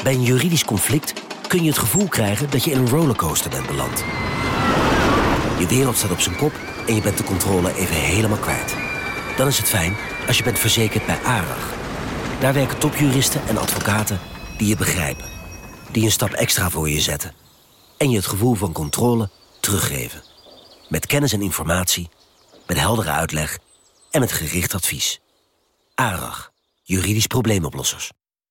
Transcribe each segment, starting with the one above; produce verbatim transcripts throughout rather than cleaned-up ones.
Bij een juridisch conflict kun je het gevoel krijgen dat je in een rollercoaster bent beland. Je wereld staat op zijn kop en je bent de controle even helemaal kwijt. Dan is het fijn als je bent verzekerd bij ARAG. Daar werken topjuristen en advocaten die je begrijpen. Die een stap extra voor je zetten. En je het gevoel van controle teruggeven. Met kennis en informatie, met heldere uitleg en met gericht advies. ARAG, juridisch probleemoplossers.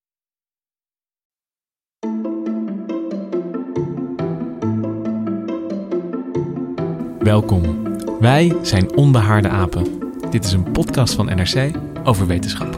Welkom. Wij zijn Onbehaarde Apen. Dit is een podcast van N R C over wetenschap.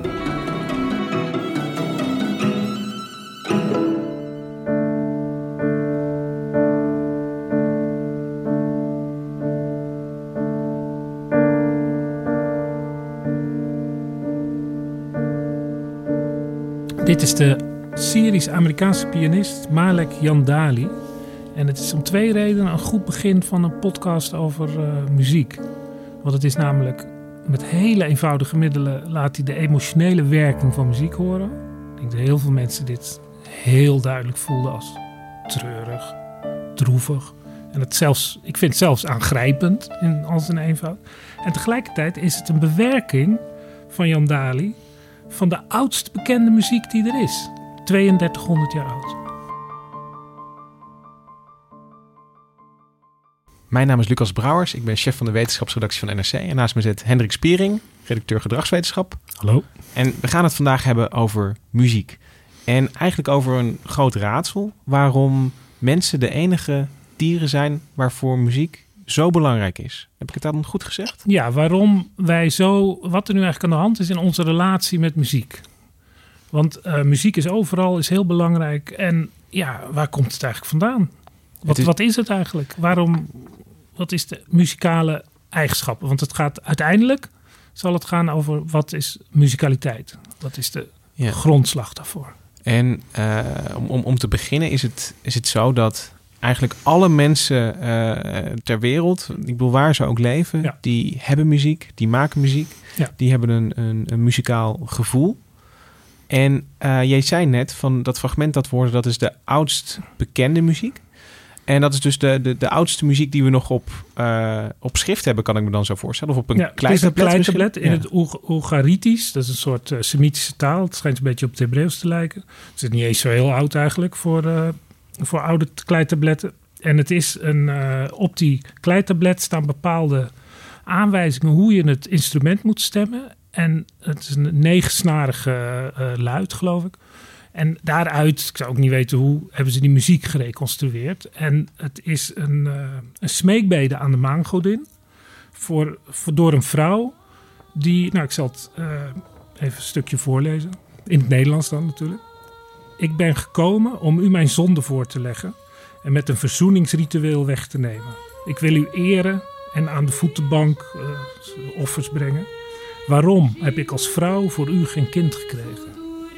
Dit is de Syrisch-Amerikaanse pianist Malek Yandali. En het is om twee redenen een goed begin van een podcast over uh, muziek. Want het is namelijk met hele eenvoudige middelen laat hij de emotionele werking van muziek horen. Ik denk dat heel veel mensen dit heel duidelijk voelden als treurig, droevig. En het zelfs, ik vind het zelfs aangrijpend in al zijn eenvoud. En tegelijkertijd is het een bewerking van Yandali van de oudste bekende muziek die er is. tweeëndertighonderd jaar oud. Mijn naam is Lucas Brouwers. Ik ben chef van de wetenschapsredactie van N R C. En naast me zit Hendrik Spiering, redacteur gedragswetenschap. Hallo. En we gaan het vandaag hebben over muziek. En eigenlijk over een groot raadsel. Waarom mensen de enige dieren zijn waarvoor muziek zo belangrijk is. Heb ik het dan goed gezegd? Ja, waarom wij zo... Wat er nu eigenlijk aan de hand is in onze relatie met muziek. Want uh, muziek is overal, is heel belangrijk. En ja, waar komt het eigenlijk vandaan? Wat, is... wat is het eigenlijk? Waarom... Wat is de muzikale eigenschappen? Want het gaat uiteindelijk... zal het gaan over wat is muzikaliteit? Wat is de ja. grondslag daarvoor? En uh, om, om, om te beginnen is het, is het zo dat... eigenlijk alle mensen uh, ter wereld, ik bedoel waar ze ook leven... Ja. die hebben muziek, die maken muziek. Ja. Die hebben een, een, een muzikaal gevoel. En uh, jij zei net van dat fragment dat woorden... dat is de oudst bekende muziek. En dat is dus de, de, de oudste muziek die we nog op, uh, op schrift hebben... kan ik me dan zo voorstellen. Of op een ja, kleitablet. Het is een kleitablet in ja. het Oegaritisch. Dat is een soort uh, Semitische taal. Het schijnt een beetje op het Hebreeuws te lijken. Het is niet eens zo heel oud eigenlijk voor... Uh, voor oude kleitabletten. En het is een, uh, op die kleitablet staan bepaalde aanwijzingen hoe je het instrument moet stemmen. En het is een negensnarige uh, luid, geloof ik. En daaruit, ik zou ook niet weten hoe, hebben ze die muziek gereconstrueerd. En het is een, uh, een smeekbede aan de maangodin. Voor, voor, door een vrouw die, nou ik zal het uh, even een stukje voorlezen. In het Nederlands dan natuurlijk. Ik ben gekomen om u mijn zonde voor te leggen en met een verzoeningsritueel weg te nemen. Ik wil u eren en aan de voetenbank uh, offers brengen. Waarom heb ik als vrouw voor u geen kind gekregen?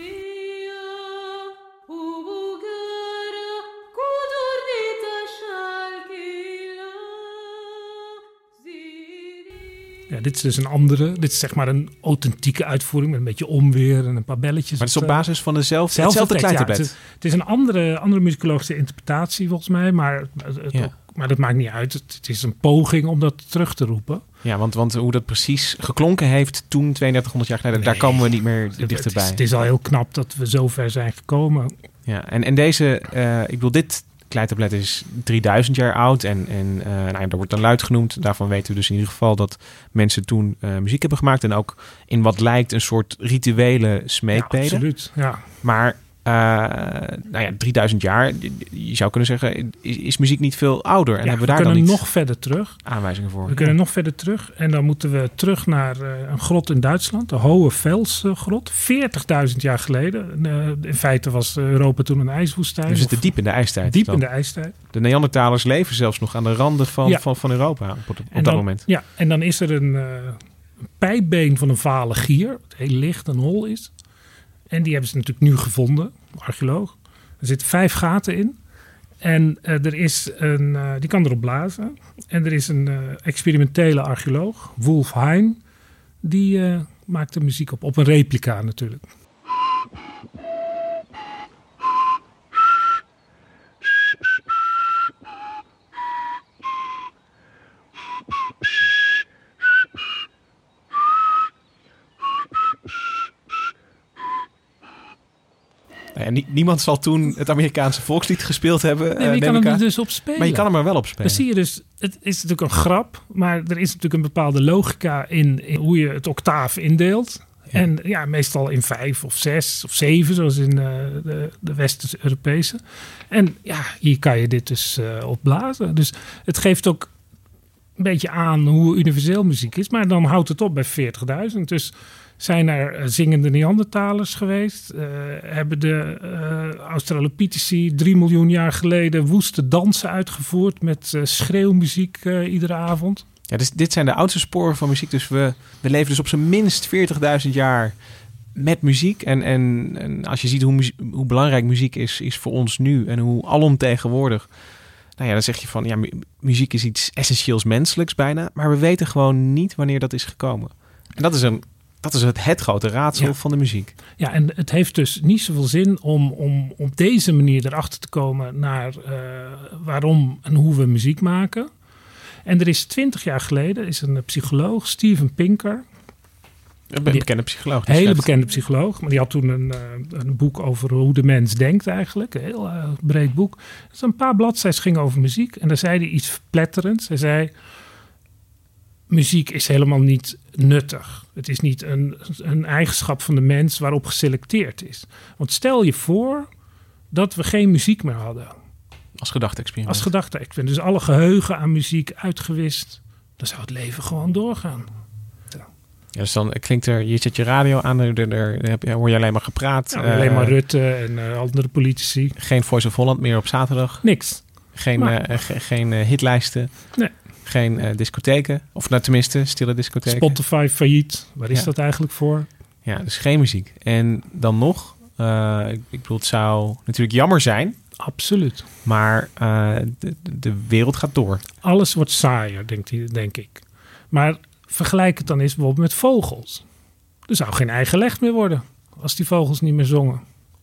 Ja, dit is dus een andere. Dit is zeg maar een authentieke uitvoering met een beetje onweer en een paar belletjes. Maar het is op basis van dezelfde, hetzelfde kleitablet. Ja, het, het is een andere, andere muzikologische interpretatie volgens mij, maar, het, ja. maar dat maakt niet uit. Het, het is een poging om dat terug te roepen. Ja, want, want hoe dat precies geklonken heeft toen tweeëndertighonderd jaar geleden, nee, daar komen we niet meer het, dichterbij. Het is, het is al heel knap dat we zo ver zijn gekomen. Ja, en, en deze, uh, ik bedoel, dit kleitablet is drieduizend jaar oud en, en uh, nou ja, dat wordt dan luid genoemd. Daarvan weten we dus in ieder geval dat mensen toen uh, muziek hebben gemaakt en ook in wat lijkt een soort rituele smeekbede. Ja, absoluut. Ja. Maar uh, nou ja, drieduizend jaar, je zou kunnen zeggen, is, is muziek niet veel ouder. En ja, hebben we, we daar kunnen dan nog verder terug. Aanwijzingen voor. We kunnen nog verder terug en dan moeten we terug naar uh, een grot in Duitsland, de Hohe-Fels-grot, veertigduizend jaar geleden. Uh, in feite was Europa toen een ijswoestijn. We zitten diep in de ijstijd. Diep dan. in de ijstijd. De Neandertalers leven zelfs nog aan de randen van, ja. van, van Europa op, op dat dan, moment. Ja, en dan is er een, uh, een pijpbeen van een vale gier, wat heel licht en hol is. En die hebben ze natuurlijk nu gevonden, archeoloog. Er zitten vijf gaten in. En uh, er is een, uh, die kan erop blazen. En er is een uh, experimentele archeoloog, Wolf Hein, die uh, maakt de muziek op. Op een replica natuurlijk. Nou ja, niemand zal toen het Amerikaanse volkslied gespeeld hebben. Nee, je kan hem er dus op spelen. Maar je kan hem er wel op spelen. Dan zie je dus, het is natuurlijk een grap, maar er is natuurlijk een bepaalde logica in, in hoe je het octaaf indeelt. Ja. En ja, meestal in vijf of zes of zeven, zoals in uh, de, de West-Europese. En ja, hier kan je dit dus uh, op blazen. Dus het geeft ook een beetje aan hoe universeel muziek is. Maar dan houdt het op bij veertigduizend. Dus zijn er zingende Neandertalers geweest? Uh, hebben de uh, Australopitheci drie miljoen jaar geleden woeste dansen uitgevoerd met uh, schreeuwmuziek uh, iedere avond? Ja, dus dit zijn de oudste sporen van muziek. Dus we, we leven dus op zijn minst veertigduizend jaar met muziek. En, en, en als je ziet hoe, muziek, hoe belangrijk muziek is, is voor ons nu en hoe alomtegenwoordig. Nou ja, dan zeg je van ja, mu- muziek is iets essentieels menselijks bijna. Maar we weten gewoon niet wanneer dat is gekomen. En dat is een Dat is het, het grote raadsel ja. van de muziek. Ja, en het heeft dus niet zoveel zin om, om op deze manier erachter te komen naar uh, waarom en hoe we muziek maken. En er is twintig jaar geleden is een psycholoog, Steven Pinker. Een be- bekende psycholoog. Een hele bekende psycholoog. Maar die had toen een, uh, een boek over hoe de mens denkt eigenlijk. Een heel uh, breed boek. Dus een paar bladzijden ging over muziek. En daar zei hij iets verpletterends. Hij zei, muziek is helemaal niet nuttig. Het is niet een, een eigenschap van de mens waarop geselecteerd is. Want stel je voor dat we geen muziek meer hadden. Als gedachte-experiment. Als gedachte-experiment. Dus alle geheugen aan muziek uitgewist. Dan zou het leven gewoon doorgaan. Ja, dus dan klinkt er, je zet je radio aan, er, er, er heb je, hoor je alleen maar gepraat. Ja, alleen uh, maar Rutte en uh, andere politici. Geen Voice of Holland meer op zaterdag. Niks. Geen, uh, ge, geen uh, hitlijsten. Nee. Geen uh, discotheken. Of nou tenminste, stille discotheken. Spotify failliet. Waar is ja. dat eigenlijk voor? Ja, dus geen muziek. En dan nog, uh, ik, ik bedoel, het zou natuurlijk jammer zijn. Absoluut. Maar uh, de, de wereld gaat door. Alles wordt saaier, denk, denk ik. Maar vergelijk het dan eens bijvoorbeeld met vogels. Er zou geen eigen leg meer worden als die vogels niet meer zongen.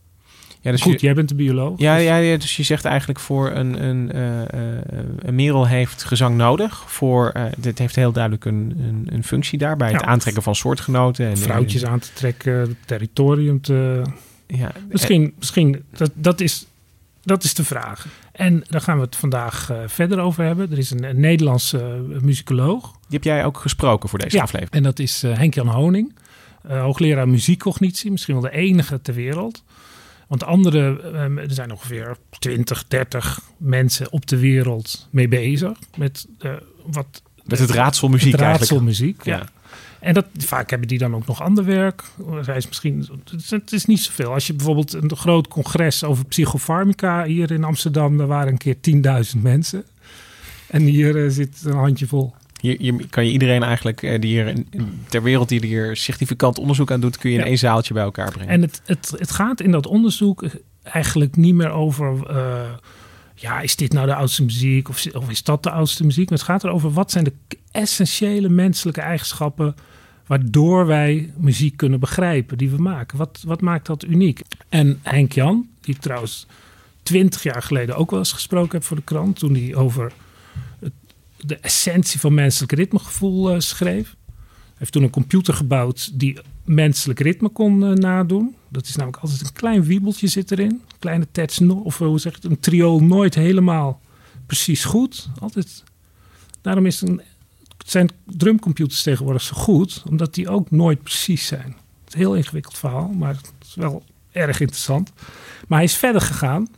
Ja, dus Goed, je, jij bent de bioloog. Ja, dus. Ja, ja, dus je zegt eigenlijk voor een, een, uh, uh, een merel heeft gezang nodig. Voor, uh, dit heeft heel duidelijk een, een, een functie daar bij het ja, aantrekken van soortgenoten. En, vrouwtjes en, aan te trekken, territorium te... Ja, misschien, en, misschien dat, dat, is, dat is de vraag. En daar gaan we het vandaag uh, verder over hebben. Er is een, een Nederlandse uh, muzikoloog. Die heb jij ook gesproken voor deze ja, aflevering. En dat is uh, Henk-Jan Honing. Uh, hoogleraar muziekcognitie. Misschien wel de enige ter wereld. Want andere, um, er zijn ongeveer twintig, dertig mensen op de wereld mee bezig. Met, uh, wat, met het raadselmuziek het raadselmuziek, ja. ja. En dat, vaak hebben die dan ook nog ander werk. Hij is misschien, het is niet zoveel. Als je bijvoorbeeld een groot congres over psychofarmica hier in Amsterdam, daar waren een keer tienduizend mensen. En hier uh, zit een handjevol. Hier, hier kan je iedereen eigenlijk uh, die hier in, in, ter wereld die hier significant onderzoek aan doet, kun je in ja. één zaaltje bij elkaar brengen. En het, het, het gaat in dat onderzoek eigenlijk niet meer over, uh, ja, is dit nou de oudste muziek of, of is dat de oudste muziek? Maar het gaat erover, wat zijn de essentiële menselijke eigenschappen waardoor wij muziek kunnen begrijpen die we maken. Wat, wat maakt dat uniek? En Henk Jan, die ik trouwens twintig jaar geleden ook wel eens gesproken heb voor de krant, toen hij over het, de essentie van menselijk ritmegevoel uh, schreef. Hij heeft toen een computer gebouwd die menselijk ritme kon uh, nadoen. Dat is namelijk altijd een klein wiebeltje zit erin. Een kleine terts, no- of hoe zeg je het, een triool nooit helemaal precies goed. Altijd. Daarom is een, zijn drumcomputers tegenwoordig zo goed, omdat die ook nooit precies zijn. Het is een heel ingewikkeld verhaal, maar het is wel erg interessant. Maar hij is verder gegaan.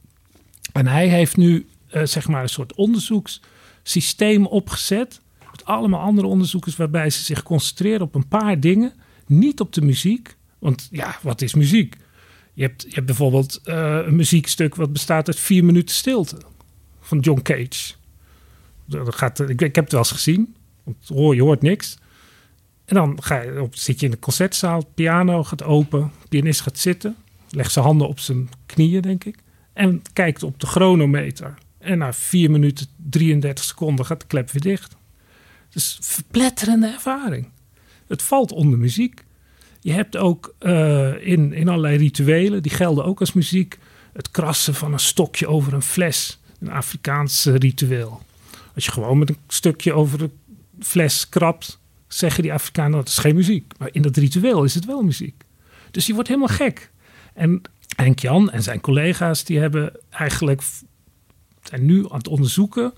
En hij heeft nu uh, zeg maar een soort onderzoekssysteem opgezet. Met allemaal andere onderzoekers waarbij ze zich concentreren op een paar dingen. Niet op de muziek. Want ja, wat is muziek? Je hebt, je hebt bijvoorbeeld uh, een muziekstuk wat bestaat uit vier minuten stilte. Van John Cage. Dat gaat, ik, ik heb het wel eens gezien. Want hoor, je hoort niks. En dan ga je op, zit je in de concertzaal. Piano gaat open. Pianist gaat zitten. Legt zijn handen op zijn knieën, denk ik. En kijkt op de chronometer. En na vier minuten drieëndertig seconden gaat de klep weer dicht. Dus verpletterende ervaring. Het valt onder muziek. Je hebt ook uh, in, in allerlei rituelen, die gelden ook als muziek, het krassen van een stokje over een fles. Een Afrikaans uh, ritueel. Als je gewoon met een stukje over de fles krabt, zeggen die Afrikanen dat is geen muziek. Maar in dat ritueel is het wel muziek. Dus je wordt helemaal gek. En Henk Jan en zijn collega's die hebben eigenlijk zijn nu aan het onderzoeken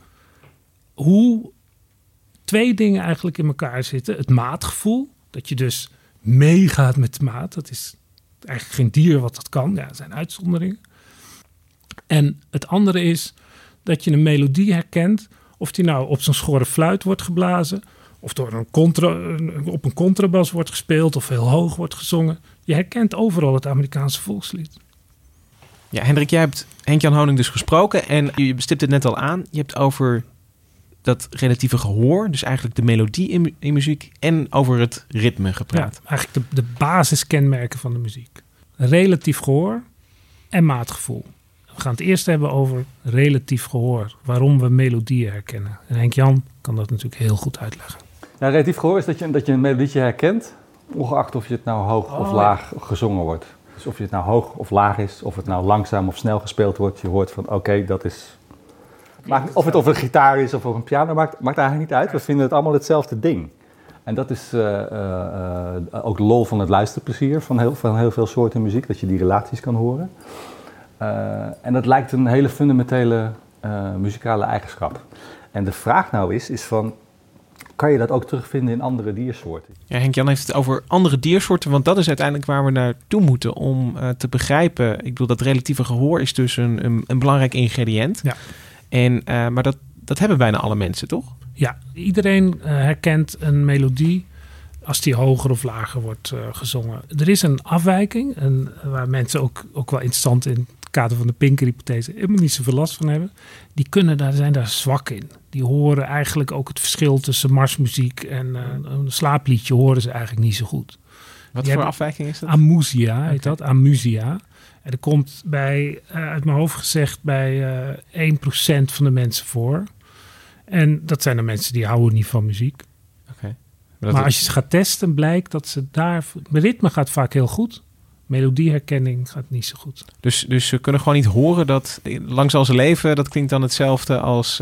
hoe twee dingen eigenlijk in elkaar zitten. Het maatgevoel, dat je dus meegaat met de maat. Dat is eigenlijk geen dier wat dat kan. Ja, dat zijn uitzonderingen. En het andere is dat je een melodie herkent, of die nou op zo'n schorre fluit wordt geblazen, of door een contra, op een contrabas wordt gespeeld, of heel hoog wordt gezongen. Je herkent overal het Amerikaanse volkslied. Ja, Hendrik, jij hebt Henk-Jan Honing dus gesproken en je stipt het net al aan. Je hebt over dat relatieve gehoor, dus eigenlijk de melodie in, in muziek, en over het ritme gepraat. Ja, eigenlijk de, de basiskenmerken van de muziek. Relatief gehoor en maatgevoel. We gaan het eerst hebben over relatief gehoor. Waarom we melodieën herkennen. En Henk-Jan kan dat natuurlijk heel goed uitleggen. Ja, relatief gehoor is dat je, dat je een melodietje herkent, ongeacht of je het nou hoog oh, of laag ja. gezongen wordt. Dus of je het nou hoog of laag is, of het nou langzaam of snel gespeeld wordt. Je hoort van oké, okay, dat is... Maakt, of het over een gitaar is of over een piano, maakt, maakt eigenlijk niet uit. We vinden het allemaal hetzelfde ding. En dat is uh, uh, uh, ook de lol van het luisterplezier van heel, van heel veel soorten muziek. Dat je die relaties kan horen. Uh, en dat lijkt een hele fundamentele uh, muzikale eigenschap. En de vraag nou is, is van, kan je dat ook terugvinden in andere diersoorten? Ja, Henk-Jan heeft het over andere diersoorten, want dat is uiteindelijk waar we naartoe moeten om uh, te begrijpen. Ik bedoel, dat relatieve gehoor is dus een, een, een belangrijk ingrediënt. Ja. En, uh, maar dat, dat hebben bijna alle mensen, toch? Ja, iedereen uh, herkent een melodie als die hoger of lager wordt uh, gezongen. Er is een afwijking, en, uh, waar mensen ook, ook wel interessant in het kader van de Pinker-hypothese helemaal niet zoveel last van hebben. Die kunnen daar, zijn daar zwak in. Die horen eigenlijk ook het verschil tussen marsmuziek en uh, een slaapliedje horen ze eigenlijk niet zo goed. Wat die voor afwijking is dat? Amusia heet okay. dat, amusia. En er komt bij, uh, uit mijn hoofd gezegd, bij uh, één procent van de mensen voor. En dat zijn de mensen die houden niet van muziek. Okay. Maar, maar als je ze gaat testen, blijkt dat ze daar... Het ritme gaat vaak heel goed. Melodieherkenning gaat niet zo goed. Dus, dus ze kunnen gewoon niet horen dat Lang zal ze leven, dat klinkt dan hetzelfde als, uh,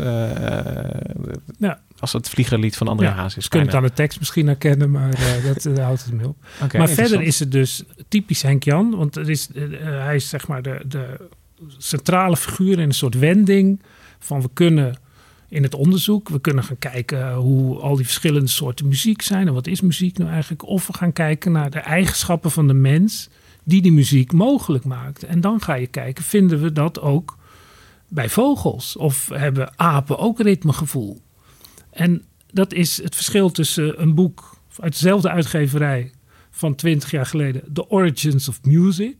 ja. als het vliegerlied van André ja, Hazes. Ze kunnen het aan de tekst misschien herkennen, maar uh, dat uh, houdt het mee op. Okay, maar verder is het dus typisch Henk Jan, want er is, uh, hij is zeg maar de, de centrale figuur in een soort wending van we kunnen in het onderzoek, we kunnen gaan kijken hoe al die verschillende soorten muziek zijn en wat is muziek nou eigenlijk, of we gaan kijken naar de eigenschappen van de mens die die muziek mogelijk maakt. En dan ga je kijken, vinden we dat ook bij vogels? Of hebben apen ook ritmegevoel? En dat is het verschil tussen een boek uit dezelfde uitgeverij van twintig jaar geleden, The Origins of Music.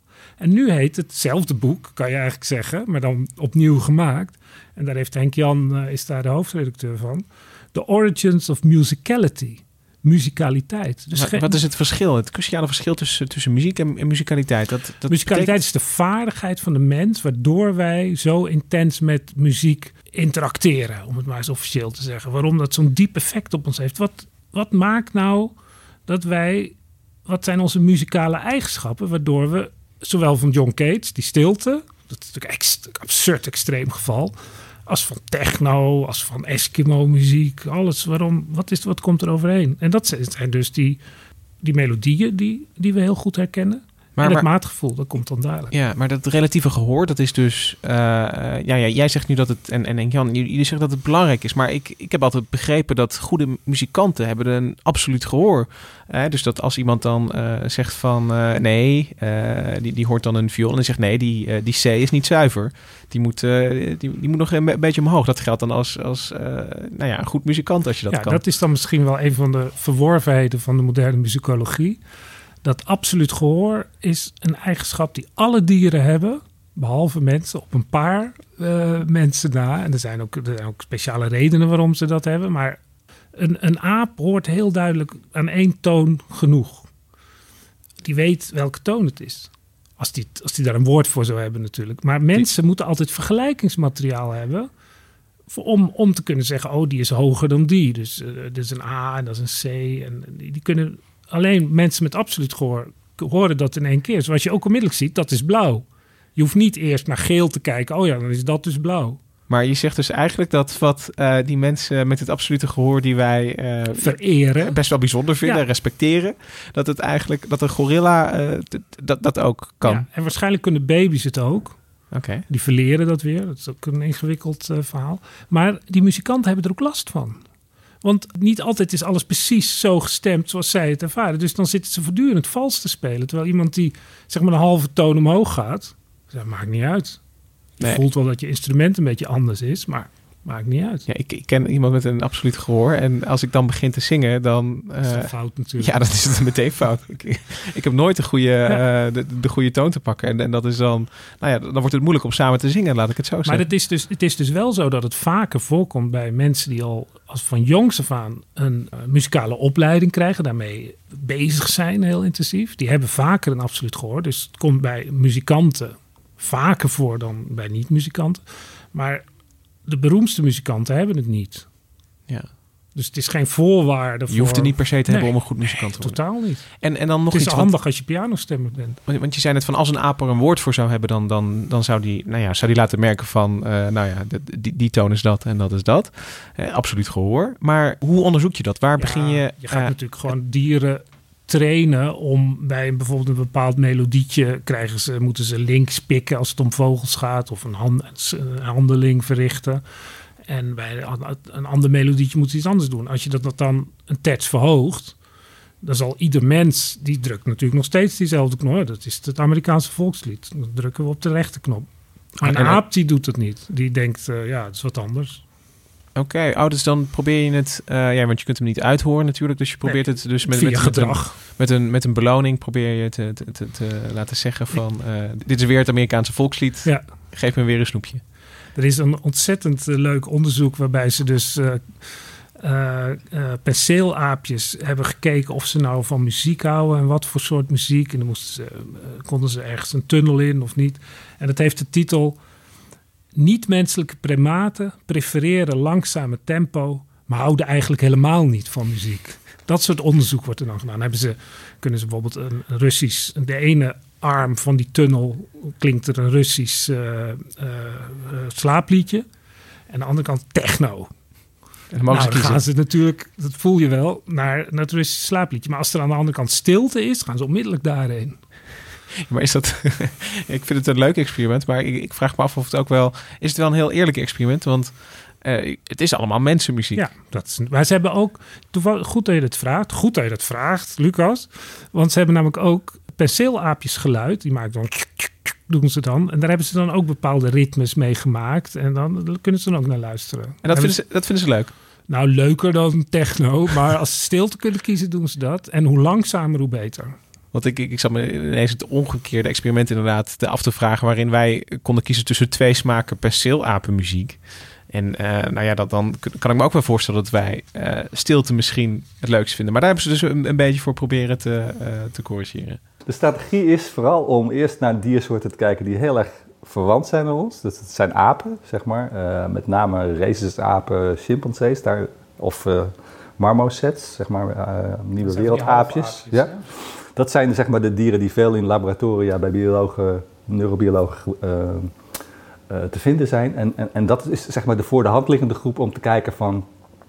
En nu heet hetzelfde boek, kan je eigenlijk zeggen, maar dan opnieuw gemaakt. En daar heeft Henk Jan, uh, is daar de hoofdredacteur van. The Origins of Musicality. Muzikaliteit. Dus wat, geen... wat is het verschil? Het cruciale verschil tussen, tussen muziek en, en muzikaliteit? Dat, dat muzikaliteit betekent... is de vaardigheid van de mens, waardoor wij zo intens met muziek interacteren, om het maar eens officieel te zeggen. Waarom dat zo'n diep effect op ons heeft. Wat, wat maakt nou dat wij, wat zijn onze muzikale eigenschappen, waardoor we, zowel van John Cage, die stilte, dat is natuurlijk een absurd extreem geval, als van techno, als van Eskimo-muziek, alles. Waarom? Wat, is, wat komt er overheen? En dat zijn dus die, die melodieën die, die we heel goed herkennen. Maar, en het maar, maatgevoel, dat komt dan duidelijk. Ja, maar dat relatieve gehoor, dat is dus... Uh, ja, ja, jij zegt nu dat het... En, en Jan, jullie zeggen dat het belangrijk is. Maar ik, ik heb altijd begrepen dat goede muzikanten hebben een absoluut gehoor. Uh, dus dat als iemand dan uh, zegt van... Uh, nee, uh, die, die hoort dan een viool en die zegt... Nee, die, uh, die C is niet zuiver. Die moet, uh, die, die moet nog een beetje omhoog. Dat geldt dan als, als uh, nou ja, een goed muzikant als je dat ja, kan. Dat is dan misschien wel een van de verworvenheden van de moderne muzikologie. Dat absoluut gehoor is een eigenschap die alle dieren hebben, behalve mensen, op een paar uh, mensen na. En er zijn, ook, er zijn ook speciale redenen waarom ze dat hebben. Maar een, een aap hoort heel duidelijk aan één toon genoeg. Die weet welke toon het is. Als die, als die daar een woord voor zou hebben natuurlijk. Maar mensen die... moeten altijd vergelijkingsmateriaal hebben om, om te kunnen zeggen, oh, die is hoger dan die. Dus uh, dat is een A en dat is een C. En die, die kunnen... Alleen mensen met absoluut gehoor horen dat in één keer. Zoals je ook onmiddellijk ziet, dat is blauw. Je hoeft niet eerst naar geel te kijken. Oh ja, dan is dat dus blauw. Maar je zegt dus eigenlijk dat wat uh, die mensen met het absolute gehoor die wij uh, vereren, best wel bijzonder vinden, ja. respecteren, dat het eigenlijk dat een gorilla uh, d- dat dat ook kan. Ja, en waarschijnlijk kunnen baby's het ook. Okay. Die verleren dat weer. Dat is ook een ingewikkeld uh, verhaal. Maar die muzikanten hebben er ook last van. Want niet altijd is alles precies zo gestemd zoals zij het ervaren. Dus dan zitten ze voortdurend vals te spelen. Terwijl iemand die zeg maar een halve toon omhoog gaat, dat maakt niet uit. Je nee. voelt wel dat je instrument een beetje anders is, maar maakt niet uit. Ja, ik, ik ken iemand met een absoluut gehoor. En als ik dan begin te zingen, dan... Uh, dat is fout natuurlijk. Ja, dan is het meteen fout. ik, ik heb nooit de goede, ja. uh, de, de goede toon te pakken. En, en dat is dan... Nou ja, dan wordt het moeilijk om samen te zingen, laat ik het zo zeggen. Maar het is dus, het is dus wel zo dat het vaker voorkomt bij mensen die al als van jongs af aan een uh, muzikale opleiding krijgen. Daarmee bezig zijn heel intensief. Die hebben vaker een absoluut gehoor. Dus het komt bij muzikanten vaker voor dan bij niet-muzikanten. Maar de beroemdste muzikanten hebben het niet. Ja. Dus het is geen voorwaarde voor... Je hoeft er niet per se te nee, hebben om een goed muzikant nee, te worden. totaal niet. En, en dan nog het is iets handig wat, als je pianostemmer bent. Want je zei net van als een aap er een woord voor zou hebben, dan, dan, dan zou, die, nou ja, zou die laten merken van, uh, nou ja, de, die, die toon is dat en dat is dat. Uh, absoluut gehoor. Maar hoe onderzoek je dat? Waar ja, begin je... Je gaat uh, natuurlijk gewoon dieren trainen om bij bijvoorbeeld een bepaald melodietje krijgen ze, moeten ze links pikken als het om vogels gaat of een, hand, een handeling verrichten. En bij een ander melodietje moeten ze iets anders doen. Als je dat dan een terts verhoogt, dan zal ieder mens, die drukt natuurlijk nog steeds diezelfde knop. Dat is het Amerikaanse volkslied. Dan drukken we op de rechterknop. Maar een aap die doet het niet. Die denkt, uh, ja, het is wat anders. Oké, okay. oh, dus dan probeer je het... Uh, ja, want je kunt hem niet uithoren natuurlijk. Dus je probeert nee, het dus met, met, met, een, met, een, met een beloning probeer je te, te, te, te laten zeggen van... Uh, dit is weer het Amerikaanse volkslied. Ja. Geef me weer een snoepje. Er is een ontzettend uh, leuk onderzoek waarbij ze dus uh, uh, uh, perceelaapjes hebben gekeken of ze nou van muziek houden en wat voor soort muziek. En dan moesten ze, uh, konden ze ergens een tunnel in of niet. En dat heeft de titel: niet-menselijke primaten prefereren langzame tempo, maar houden eigenlijk helemaal niet van muziek. Dat soort onderzoek wordt er dan gedaan. Dan hebben ze, kunnen ze bijvoorbeeld een Russisch, de ene arm van die tunnel klinkt er een Russisch uh, uh, uh, slaapliedje. En aan de andere kant techno. En dan, nou, dan gaan ze natuurlijk, dat voel je wel, naar, naar het Russische slaapliedje. Maar als er aan de andere kant stilte is, gaan ze onmiddellijk daarheen. Ja, maar is dat... ik vind het een leuk experiment, maar ik, ik vraag me af of het ook wel... Is het wel een heel eerlijk experiment? Want uh, het is allemaal mensenmuziek. Ja, dat is, maar ze hebben ook... Goed dat je dat vraagt. Goed dat je dat vraagt, Lucas. Want ze hebben namelijk ook perceelaapjesgeluid. Die maken dan... doen ze dan. En daar hebben ze dan ook bepaalde ritmes mee gemaakt. En dan kunnen ze dan ook naar luisteren. En dat, vinden ze, dat vinden ze leuk? Nou, leuker dan techno. Maar als ze stilte kunnen kiezen, doen ze dat. En hoe langzamer, hoe beter. Want ik, ik, ik zat me ineens het omgekeerde experiment inderdaad te af te vragen... waarin wij konden kiezen tussen twee smaken perceelapenmuziek. En uh, nou ja, dat, dan kan ik me ook wel voorstellen dat wij uh, stilte misschien het leukst vinden. Maar daar hebben ze dus een, een beetje voor proberen te, uh, te corrigeren. De strategie is vooral om eerst naar diersoorten te kijken die heel erg verwant zijn met ons. Dus het zijn apen, zeg maar. Uh, met name rhesusapen, chimpansees daar, of uh, marmosets, zeg maar, uh, nieuwe wereldaapjes. Ja. Ja. Dat zijn zeg maar de dieren die veel in laboratoria bij biologen, neurobiologen uh, uh, te vinden zijn. En, en, en dat is zeg maar de voor de hand liggende groep om te kijken van...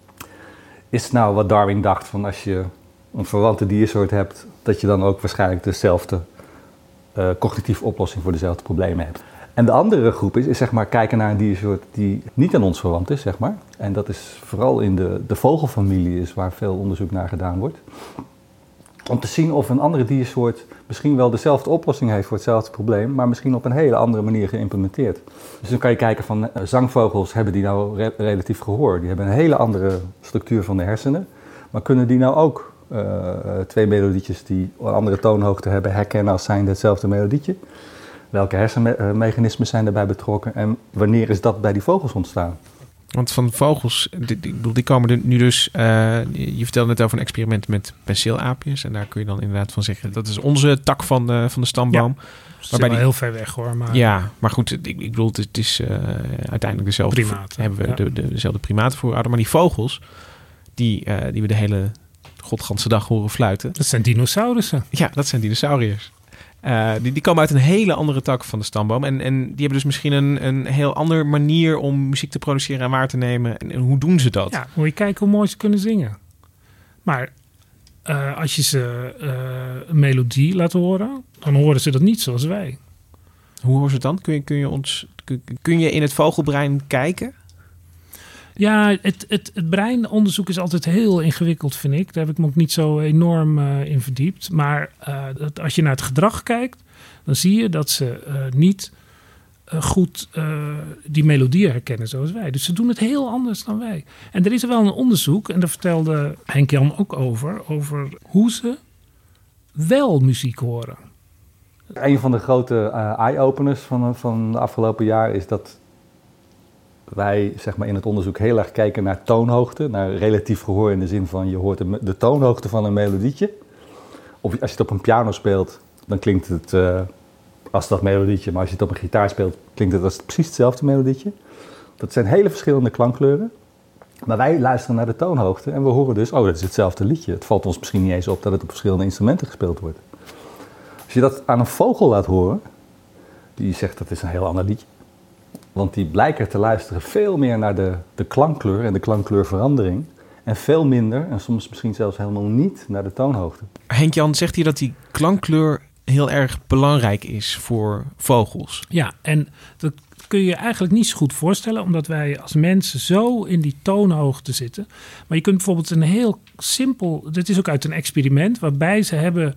Is het nou wat Darwin dacht van als je een verwante diersoort hebt... dat je dan ook waarschijnlijk dezelfde uh, cognitieve oplossing voor dezelfde problemen hebt. En de andere groep is, is zeg maar kijken naar een diersoort die niet aan ons verwant is, zeg maar. En dat is vooral in de, de vogelfamilie is waar veel onderzoek naar gedaan wordt. Om te zien of een andere diersoort misschien wel dezelfde oplossing heeft voor hetzelfde probleem, maar misschien op een hele andere manier geïmplementeerd. Dus dan kan je kijken van uh, zangvogels, hebben die nou re- relatief gehoor? Die hebben een hele andere structuur van de hersenen. Maar kunnen die nou ook uh, twee melodietjes die een andere toonhoogte hebben herkennen als zijnde hetzelfde melodietje? Welke hersenmechanismen zijn daarbij betrokken en wanneer is dat bij die vogels ontstaan? Want van vogels, die, die, die komen er nu dus... Uh, je vertelde net over een experiment met penseelaapjes. En daar kun je dan inderdaad van zeggen... dat is onze tak van de, van de stamboom. Ja, waarbij die heel ver weg hoor. Maar... Ja, maar goed, ik, ik bedoel, het is uh, uiteindelijk dezelfde... Primaten. Hebben we ja. de, de, dezelfde primatenvoorouders. Maar die vogels, die, uh, die we de hele godganse dag horen fluiten... Dat zijn dinosaurussen. Ja, dat zijn dinosauriërs. Uh, die, die komen uit een hele andere tak van de stamboom. En, en die hebben dus misschien een, een heel andere manier om muziek te produceren en waar te nemen. En, en hoe doen ze dat? Ja, moet je kijken hoe mooi ze kunnen zingen. Maar uh, als je ze uh, een melodie laat horen, dan horen ze dat niet zoals wij. Hoe horen ze het dan? Kun je, kun je, ons, kun, kun je in het vogelbrein kijken? Ja, het, het, het breinonderzoek is altijd heel ingewikkeld, vind ik. Daar heb ik me ook niet zo enorm uh, in verdiept. Maar uh, dat, als je naar het gedrag kijkt, dan zie je dat ze uh, niet uh, goed uh, die melodieën herkennen zoals wij. Dus ze doen het heel anders dan wij. En er is er wel een onderzoek, en daar vertelde Henk-Jan ook over, over hoe ze wel muziek horen. Een van de grote uh, eye-openers van, van de afgelopen jaar is dat wij zeg maar, in het onderzoek heel erg kijken naar toonhoogte, naar relatief gehoor in de zin van je hoort de, de toonhoogte van een melodietje. Of als je het op een piano speelt, dan klinkt het uh, als dat melodietje, maar als je het op een gitaar speelt, klinkt het als precies hetzelfde melodietje. Dat zijn hele verschillende klankkleuren, maar wij luisteren naar de toonhoogte en we horen dus, oh dat is hetzelfde liedje. Het valt ons misschien niet eens op dat het op verschillende instrumenten gespeeld wordt. Als je dat aan een vogel laat horen, die zegt dat is een heel ander liedje. Want die blijken te luisteren veel meer naar de, de klankkleur en de klankkleurverandering. En veel minder, en soms misschien zelfs helemaal niet, naar de toonhoogte. Henk-Jan zegt hier dat die klankkleur heel erg belangrijk is voor vogels. Ja, en dat kun je je eigenlijk niet zo goed voorstellen, omdat wij als mensen zo in die toonhoogte zitten. Maar je kunt bijvoorbeeld een heel simpel, dit is ook uit een experiment, waarbij ze hebben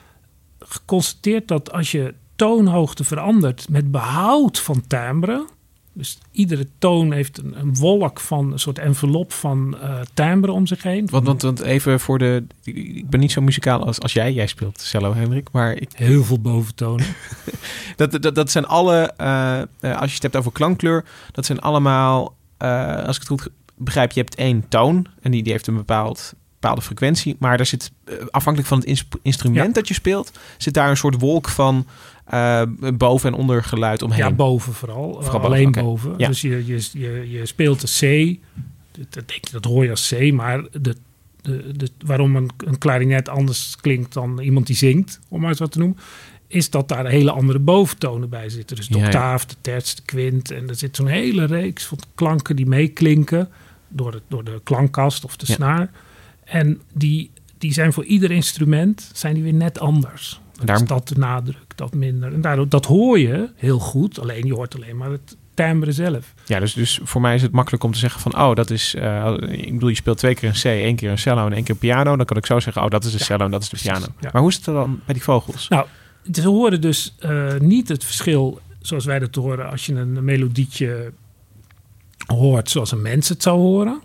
geconstateerd dat als je toonhoogte verandert met behoud van timbre, dus iedere toon heeft een, een wolk van een soort envelop van uh, timbre om zich heen. Want, want, want even voor de, ik ben niet zo muzikaal als, als jij. Jij speelt cello, Hendrik, maar ik, heel veel boventonen. dat, dat, dat zijn alle, uh, als je het hebt over klankkleur, dat zijn allemaal, uh, als ik het goed begrijp, je hebt één toon en die, die heeft een bepaald bepaalde frequentie, maar er zit afhankelijk van het ins- instrument ja. dat je speelt, zit daar een soort wolk van uh, boven- en ondergeluid omheen. Ja, boven vooral. vooral boven, alleen okay. boven. Ja. Dus je, je, je, je speelt de C, dat, dat, dat hoor je als C, maar de, de, de, waarom een, een klarinet anders klinkt dan iemand die zingt, om maar eens wat te noemen, is dat daar hele andere boventonen bij zitten. Dus de ja, octaaf, ja. de terts, de kwint, en er zit zo'n hele reeks van klanken die meeklinken door, het, door de klankkast of de ja. snaar. En die, die zijn voor ieder instrument zijn die weer net anders. Daarom... Dus dat de nadruk, dat minder. En daardoor, dat hoor je heel goed. Alleen je hoort alleen maar het timbre zelf. Ja, dus, dus voor mij is het makkelijk om te zeggen van, oh, dat is, uh, ik bedoel, je speelt twee keer een C, één keer een cello en één keer een piano. Dan kan ik zo zeggen, oh, dat is de ja, cello en dat is de precies, piano. Ja. Maar hoe is het dan bij die vogels? Nou, ze horen dus uh, niet het verschil zoals wij dat horen als je een melodietje hoort zoals een mens het zou horen.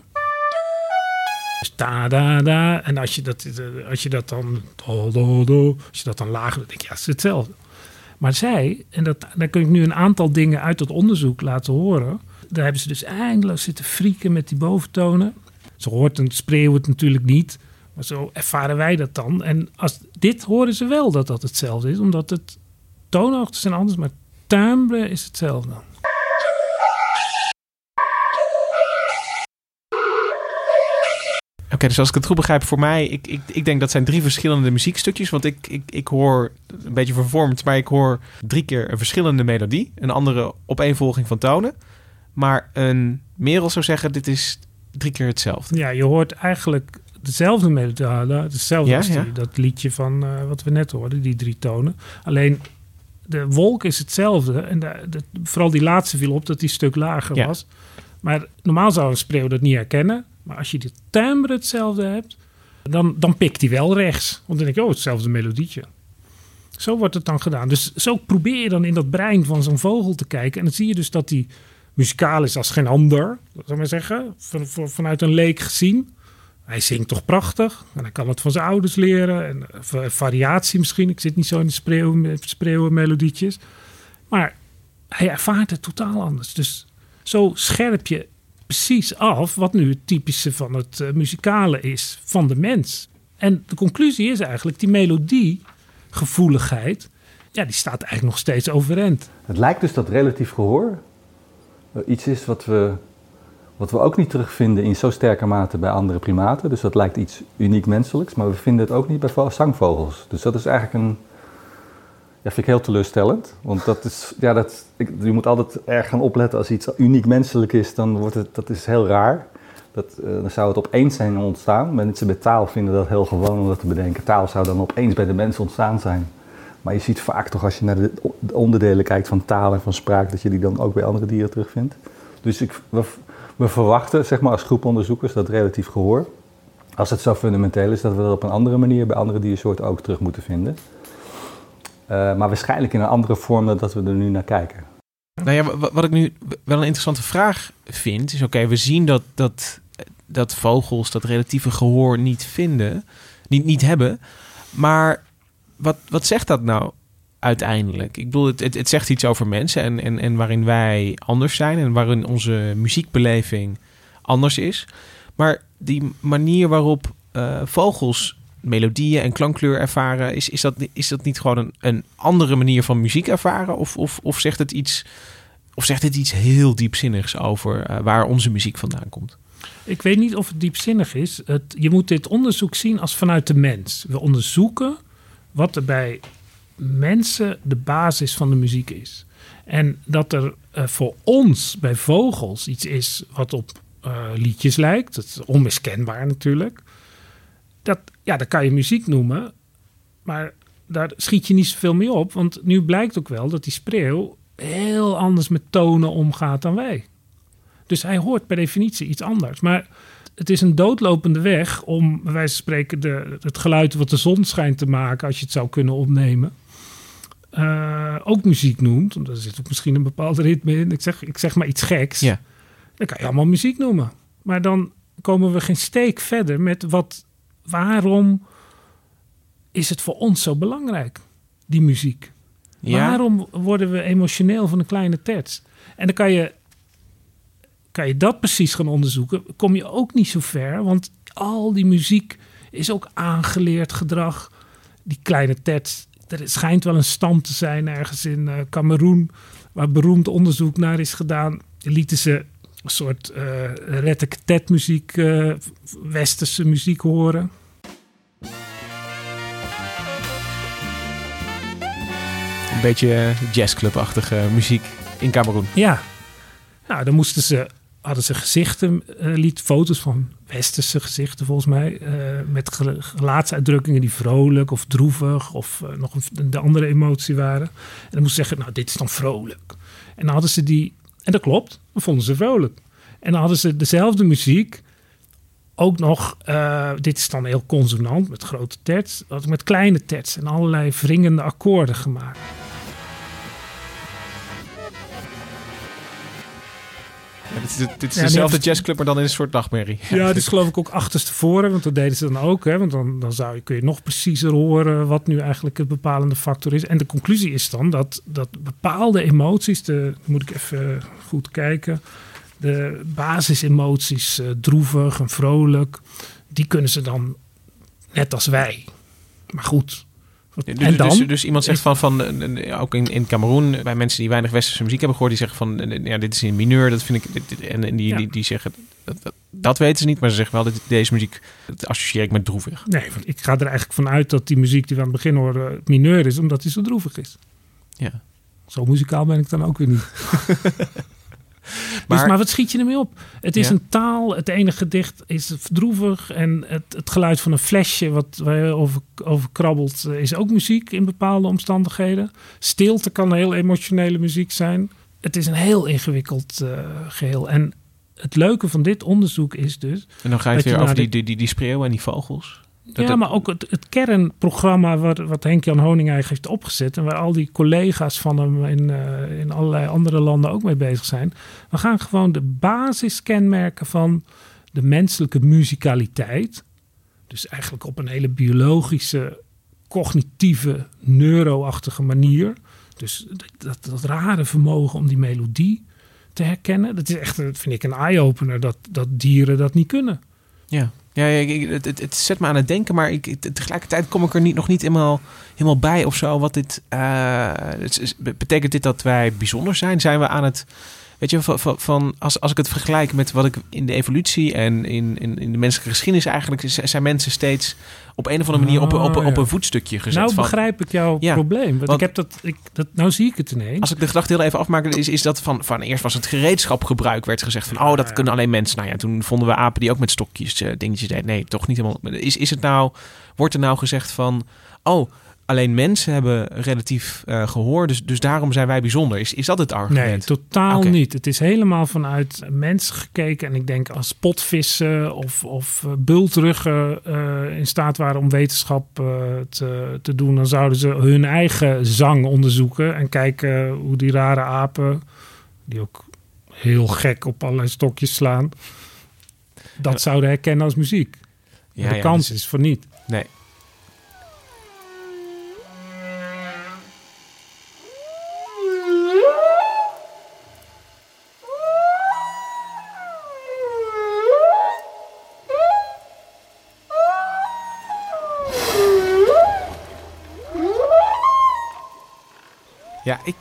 Dus da, da, da. En als je dat, als je dat dan do, do, do, als je dat dan lager, dan denk je, ja, het is hetzelfde. Maar zij, en dat, daar kun ik nu een aantal dingen uit dat onderzoek laten horen. Daar hebben ze dus eindeloos zitten frieken met die boventonen. Ze hoort en spreeuwt natuurlijk niet, maar zo ervaren wij dat dan. En als, dit horen ze wel dat dat hetzelfde is, omdat het toonhoogtes zijn anders, maar timbre is hetzelfde. Oké, okay, dus als ik het goed begrijp, voor mij, ik, ik, ik denk dat zijn drie verschillende muziekstukjes. Want ik, ik, ik hoor, een beetje vervormd, maar ik hoor drie keer een verschillende melodie. Een andere opeenvolging van tonen. Maar een Merel zou zeggen, dit is drie keer hetzelfde. Ja, je hoort eigenlijk dezelfde melodie. Hetzelfde ja, als die, ja. dat liedje van uh, wat we net hoorden, die drie tonen. Alleen de wolk is hetzelfde. En de, de, vooral die laatste viel op dat die een stuk lager ja. was. Maar normaal zou een spreeuw dat niet herkennen. Maar als je de timbre hetzelfde hebt, dan, dan pikt hij wel rechts. Want dan denk je, oh, hetzelfde melodietje. Zo wordt het dan gedaan. Dus zo probeer je dan in dat brein van zo'n vogel te kijken. En dan zie je dus dat die muzikaal is als geen ander. Dat zou maar zeggen, van, van, vanuit een leek gezien. Hij zingt toch prachtig. En hij kan het van zijn ouders leren. En uh, variatie misschien. Ik zit niet zo in de spreeuwen, spreeuwen melodietjes. Maar hij ervaart het totaal anders. Dus zo scherp je precies af wat nu het typische van het uh, muzikale is van de mens. En de conclusie is eigenlijk, die melodiegevoeligheid, ja, die staat eigenlijk nog steeds overeind. Het lijkt dus dat relatief gehoor uh, iets is wat we, wat we ook niet terugvinden in zo sterke mate bij andere primaten. Dus dat lijkt iets uniek menselijks, maar we vinden het ook niet bij zangvogels. Dus dat is eigenlijk een, Ja, vind ik heel teleurstellend. Want dat is, ja, dat, ik, je moet altijd erg gaan opletten als iets uniek menselijk is, dan wordt het, dat is heel raar. Dat, uh, dan zou het opeens zijn ontstaan. Mensen bij taal vinden dat heel gewoon om dat te bedenken. Taal zou dan opeens bij de mensen ontstaan zijn. Maar je ziet vaak toch als je naar de, de onderdelen kijkt van taal en van spraak, dat je die dan ook bij andere dieren terugvindt. Dus ik, we, we verwachten, zeg maar als groep onderzoekers, dat relatief gehoor, als het zo fundamenteel is, dat we dat op een andere manier bij andere diersoorten ook terug moeten vinden. Uh, maar waarschijnlijk in een andere vorm dan dat we er nu naar kijken. Nou ja, wat ik nu wel een interessante vraag vind, is oké, okay, we zien dat, dat, dat vogels dat relatieve gehoor niet vinden, niet, niet hebben. Maar wat, wat zegt dat nou uiteindelijk? Ik bedoel, het, het, het zegt iets over mensen en, en, en waarin wij anders zijn en waarin onze muziekbeleving anders is. Maar die manier waarop uh, vogels melodieën en klankkleur ervaren, is, is, dat, is dat niet gewoon een, een andere manier van muziek ervaren? Of, of, of zegt het iets, of zegt het iets heel diepzinnigs over uh, waar onze muziek vandaan komt? Ik weet niet of het diepzinnig is. Het, je moet dit onderzoek zien als vanuit de mens. We onderzoeken wat er bij mensen de basis van de muziek is. En dat er uh, voor ons bij vogels iets is wat op uh, liedjes lijkt. Dat is onmiskenbaar natuurlijk. Dat, ja, dat kan je muziek noemen, maar daar schiet je niet zoveel mee op. Want nu blijkt ook wel dat die spreeuw heel anders met tonen omgaat dan wij. Dus hij hoort per definitie iets anders. Maar het is een doodlopende weg om, bij wijze van spreken, de, het geluid wat de zon schijnt te maken, als je het zou kunnen opnemen, uh, ook muziek noemt. Want er zit ook misschien een bepaald ritme in. Ik zeg, ik zeg maar iets geks. Ja. Dan kan je allemaal muziek noemen. Maar dan komen we geen steek verder met wat... Waarom is het voor ons zo belangrijk, die muziek? Ja. Waarom worden we emotioneel van een kleine terts? En dan kan je, kan je dat precies gaan onderzoeken. Kom je ook niet zo ver, want al die muziek is ook aangeleerd gedrag. Die kleine terts, er schijnt wel een stam te zijn ergens in uh, Kameroen, waar beroemd onderzoek naar is gedaan. Lieten ze een soort uh, ret-a-tet muziek, uh, westerse muziek horen. Een beetje jazzclubachtige muziek in Kameroen. Ja. Nou, dan moesten ze, hadden ze gezichten, uh, liet foto's van westerse gezichten volgens mij, uh, met gelaatsuitdrukkingen die vrolijk of droevig of uh, nog een, de andere emotie waren. En dan moesten ze zeggen, nou, dit is dan vrolijk. En dan hadden ze die, en dat klopt, dan vonden ze vrolijk. En dan hadden ze dezelfde muziek ook nog, uh, dit is dan heel consonant met grote terts, met kleine terts en allerlei wringende akkoorden gemaakt. Ja, dit is, dit is ja, dezelfde nee, jazzclub, maar dan in een soort nachtmerrie. Ja, dit is geloof ik ook achterstevoren, want dat deden ze dan ook. Hè, want dan, dan zou je, kun je nog preciezer horen wat nu eigenlijk het bepalende factor is. En de conclusie is dan dat, dat bepaalde emoties, de, moet ik even goed kijken, de basisemoties, uh, droevig en vrolijk, die kunnen ze dan net als wij. Maar goed. Ja, dus, en dan, dus, dus iemand zegt van, van ook in, in Kameroen, bij mensen die weinig westerse muziek hebben gehoord, die zeggen van, ja, dit is in mineur, dat vind ik, dit, en, en die, ja. die, die zeggen, dat, dat, dat weten ze niet, maar ze zeggen wel, dat deze muziek, dat associeer ik met droevig. Nee, want ik ga er eigenlijk van uit dat die muziek die we aan het begin horen mineur is, omdat die zo droevig is. Ja. Zo muzikaal ben ik dan ook weer niet. Maar, dus, maar wat schiet je ermee op? Het is ja. een taal, het ene gedicht is droevig en het, het geluid van een flesje wat over, over krabbelt is ook muziek in bepaalde omstandigheden. Stilte kan heel emotionele muziek zijn. Het is een heel ingewikkeld uh, geheel. En het leuke van dit onderzoek is dus... En dan ga je het weer over die, die, die, die spreeuwen en die vogels. Dat ja, maar ook het, het kernprogramma wat, wat Henk-Jan Honinga heeft opgezet en waar al die collega's van hem in, uh, in allerlei andere landen ook mee bezig zijn. We gaan gewoon de basiskenmerken van de menselijke muzikaliteit, dus eigenlijk op een hele biologische, cognitieve, neuro-achtige manier. Dus dat, dat rare vermogen om die melodie te herkennen, dat is echt, vind ik, een eye-opener dat, dat dieren dat niet kunnen. Ja. Ja, ik, het, het, het zet me aan het denken, maar ik, tegelijkertijd kom ik er niet, nog niet helemaal, helemaal bij of zo. Wat dit, uh, het, betekent dit dat wij bijzonder zijn? Zijn we aan het weet je, van, van, van als, als ik het vergelijk met wat ik in de evolutie en in, in, in de menselijke geschiedenis eigenlijk, zijn mensen steeds op een of andere manier op, op, op, op een voetstukje gezet. Nou van, begrijp ik jouw ja, probleem. Want, want ik heb dat, ik, dat, nou zie ik het ineens. Als ik de gedachte heel even afmaak, is, is dat van, van eerst was het gereedschapgebruik, werd gezegd van, oh, dat ja. kunnen alleen mensen. Nou ja, toen vonden we apen die ook met stokjes uh, dingetjes deden. Nee, toch niet helemaal. Is, is het nou, wordt er nou gezegd van, oh, alleen mensen hebben relatief uh, gehoor, dus, dus daarom zijn wij bijzonder. Is, is dat het argument? Nee, totaal okay. niet. Het is helemaal vanuit mensen gekeken. En ik denk als potvissen of, of uh, bultruggen uh, in staat waren om wetenschap uh, te, te doen, dan zouden ze hun eigen zang onderzoeken en kijken hoe die rare apen, die ook heel gek op allerlei stokjes slaan, dat ja. zouden herkennen als muziek. Ja, de ja, kans dus, is voor niet. Nee. Ja, ik...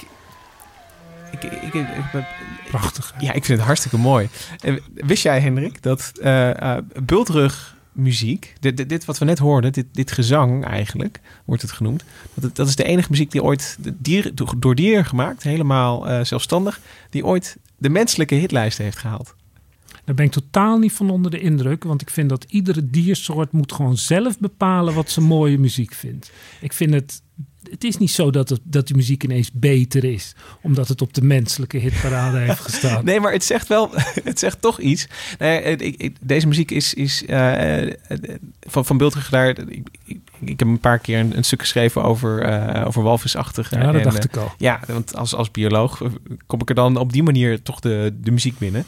ik, ik, ik, ik ben, Prachtig. Ja, ik vind het hartstikke mooi. Wist jij, Hendrik, dat uh, uh, bultrugmuziek, dit, dit, dit wat we net hoorden, dit, dit gezang eigenlijk, wordt het genoemd, dat, het, dat is de enige muziek die ooit dier, door dieren gemaakt, helemaal uh, zelfstandig, die ooit de menselijke hitlijst heeft gehaald. Daar ben ik totaal niet van onder de indruk, want ik vind dat iedere diersoort moet gewoon zelf bepalen wat ze mooie muziek vindt. Ik vind het... Het is niet zo dat, het, dat die muziek ineens beter is, omdat het op de menselijke hitparade heeft gestaan. Nee, maar het zegt wel, het zegt toch iets. Nee, ik, ik, deze muziek is, is uh, van, van Bultrugge daar. Ik, ik, ik heb een paar keer een, een stuk geschreven over, uh, over walvisachtige. Ja, dat en, dacht ik al. Ja, want als, als bioloog kom ik er dan op die manier toch de, de muziek binnen.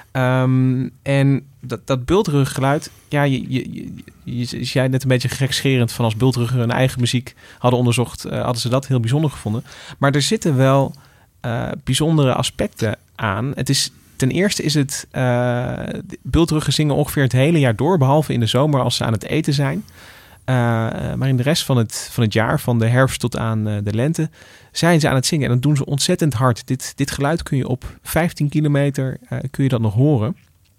Um, en dat, dat bultrug geluid, ja, je, je, je, je, je zei net een beetje gekscherend van als bultruggen hun eigen muziek hadden onderzocht, uh, hadden ze dat heel bijzonder gevonden. Maar er zitten wel uh, bijzondere aspecten aan. Het is, ten eerste is het, uh, bultruggen zingen ongeveer het hele jaar door, behalve in de zomer als ze aan het eten zijn. Uh, maar in de rest van het, van het jaar, van de herfst tot aan uh, de lente, zijn ze aan het zingen. En dat doen ze ontzettend hard. Dit, dit geluid kun je op vijftien kilometer uh, kun je dat nog horen.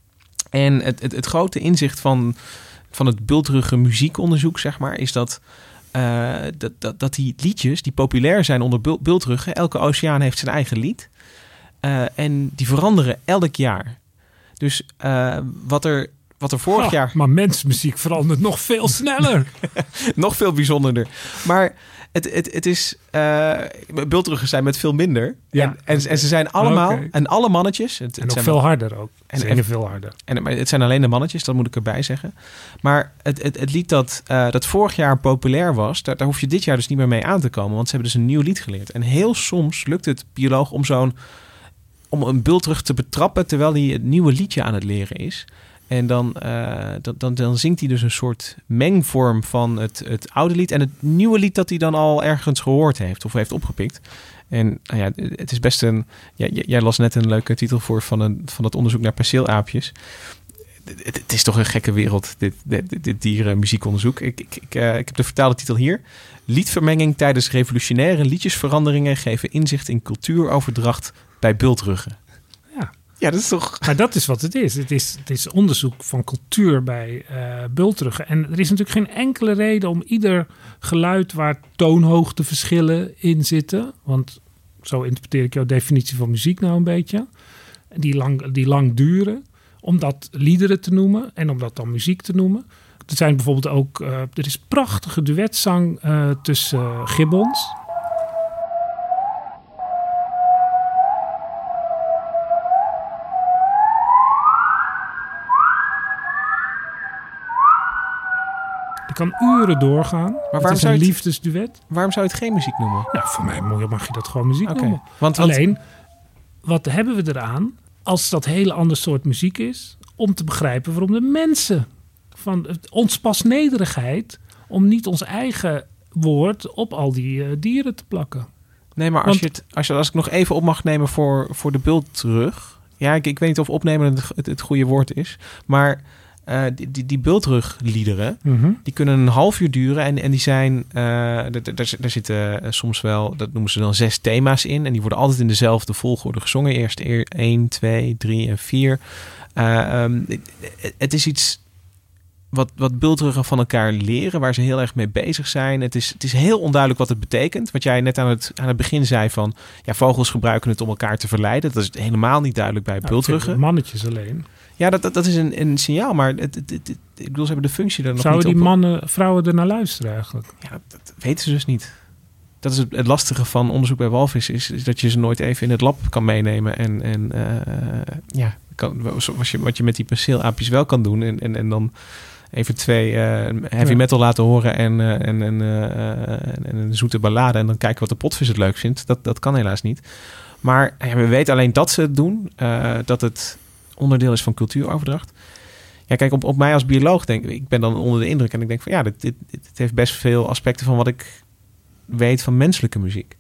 En het, het, het grote inzicht van, van het bultrugge muziekonderzoek, zeg maar, is dat, uh, dat, dat, dat die liedjes die populair zijn onder bul, bultruggen, elke oceaan heeft zijn eigen lied. Uh, en die veranderen elk jaar. Dus uh, wat er... Wat er vorig oh, jaar... Maar mensmuziek verandert nog veel sneller. Nog veel bijzonderder. Maar het, het, het is... Uh, bultruggen zijn met veel minder. Ja. En, en, en ze zijn allemaal... Okay. En alle mannetjes... Het, en het nog zijn veel wel, harder ook. En, ze zingen veel harder. En, en, het zijn alleen de mannetjes, dat moet ik erbij zeggen. Maar het, het, het lied dat, uh, dat vorig jaar populair was... Daar, daar hoef je dit jaar dus niet meer mee aan te komen. Want ze hebben dus een nieuw lied geleerd. En heel soms lukt het bioloog om zo'n... om een bultrug te betrappen... terwijl hij het nieuwe liedje aan het leren is... En dan, uh, dan, dan, dan zingt hij dus een soort mengvorm van het, het oude lied... en het nieuwe lied dat hij dan al ergens gehoord heeft of heeft opgepikt. En nou ja, het is best een... Ja, jij las net een leuke titel voor van, een, van dat onderzoek naar perceelaapjes. Het, het is toch een gekke wereld, dit, dit, dit dierenmuziekonderzoek. Ik, ik, ik, uh, ik heb de vertaalde titel hier. Liedvermenging tijdens revolutionaire liedjesveranderingen... geven inzicht in cultuuroverdracht bij bultruggen. Ja, dat is toch... Maar dat is wat het is. Het is, het is onderzoek van cultuur bij uh, bultruggen. En er is natuurlijk geen enkele reden om ieder geluid waar toonhoogteverschillen in zitten. Want zo interpreteer ik jouw definitie van muziek nou een beetje. Die lang, die lang duren. Om dat liederen te noemen en om dat dan muziek te noemen. Er zijn bijvoorbeeld ook... Uh, er is prachtige duetzang uh, tussen uh, gibbons... Je kan uren doorgaan. Maar waarom het is een liefdesduet. Waarom zou je het geen muziek noemen? Nou, voor mij mag je dat gewoon muziek okay. noemen. Want, Alleen, wat hebben we eraan als dat hele ander soort muziek is... om te begrijpen waarom de mensen... van ons pas nederigheid... om niet ons eigen woord op al die uh, dieren te plakken. Nee, maar als, Want, je het, als, je, als ik nog even op mag nemen voor, voor de bultrug... Ja, ik, ik weet niet of opnemen het, het, het goede woord is. Maar... Uh, die, die, die bultrugliederen, mm-hmm. die kunnen een half uur duren. En, en die zijn, uh, daar zitten soms wel, dat noemen ze dan zes thema's in. En die worden altijd in dezelfde volgorde gezongen. Eerst één, twee, drie en vier. Uh, um, het, het is iets wat, wat bultruggen van elkaar leren, waar ze heel erg mee bezig zijn. Het is, het is heel onduidelijk wat het betekent. Wat jij net aan het, aan het begin zei van, ja, vogels gebruiken het om elkaar te verleiden. Dat is helemaal niet duidelijk bij nou, bultruggen. Mannetjes alleen. Ja, dat, dat, dat is een, een signaal, maar het, het, het, het, ik bedoel, ze hebben de functie er nog Zouden niet op. Zouden die mannen, vrouwen er naar luisteren eigenlijk? Ja, dat, dat weten ze dus niet. Dat is het, het lastige van onderzoek bij walvis, is, is dat je ze nooit even in het lab kan meenemen. En, en uh, ja, kan, wat, je, wat je met die penseelaapjes wel kan doen. En, en, en dan even twee uh, heavy ja. metal laten horen en, uh, en, en, uh, en een zoete ballade. En dan kijken wat de potvis het leuk vindt. Dat, dat kan helaas niet. Maar ja, we weten alleen dat ze het doen. Uh, dat het onderdeel is van cultuuroverdracht. Ja, kijk, op, op mij als bioloog denk ik, ik ben dan onder de indruk en ik denk van ja, dit, dit, dit heeft best veel aspecten van wat ik weet van menselijke muziek.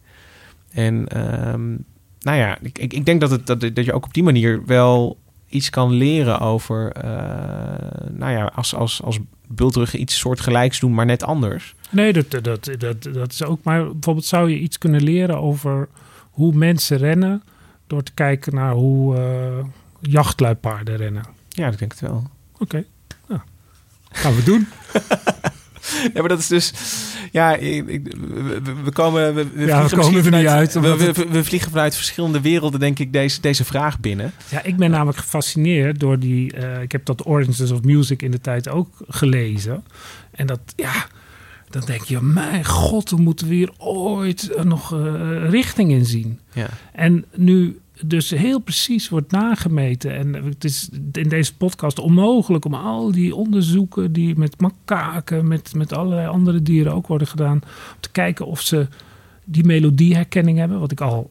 En um, nou ja, ik, ik, ik denk dat, het, dat, dat je ook op die manier wel iets kan leren over, uh, nou ja, als, als, als bultruggen iets soortgelijks doen, maar net anders. Nee, dat, dat, dat, dat is ook, maar bijvoorbeeld zou je iets kunnen leren over hoe mensen rennen door te kijken naar hoe uh, jachtluipaarden rennen. Ja, dat denk ik wel. Oké, okay. Nou, gaan we doen. Ja, maar dat is dus... Ja, ik, ik, we, we komen... We, we ja, we komen er vanuit, niet uit. We, we, we, we vliegen vanuit verschillende werelden, denk ik, deze, deze vraag binnen. Ja, ik ben namelijk gefascineerd door die... Uh, ik heb dat Origins of Music in de tijd ook gelezen. En dat, ja... Dan denk je, mijn god, hoe moeten we hier ooit uh, nog uh, richting in zien? Ja. En nu dus heel precies wordt nagemeten. En het is in deze podcast onmogelijk om al die onderzoeken die met makaken, met, met allerlei andere dieren ook worden gedaan, om te kijken of ze die melodieherkenning hebben. Wat ik al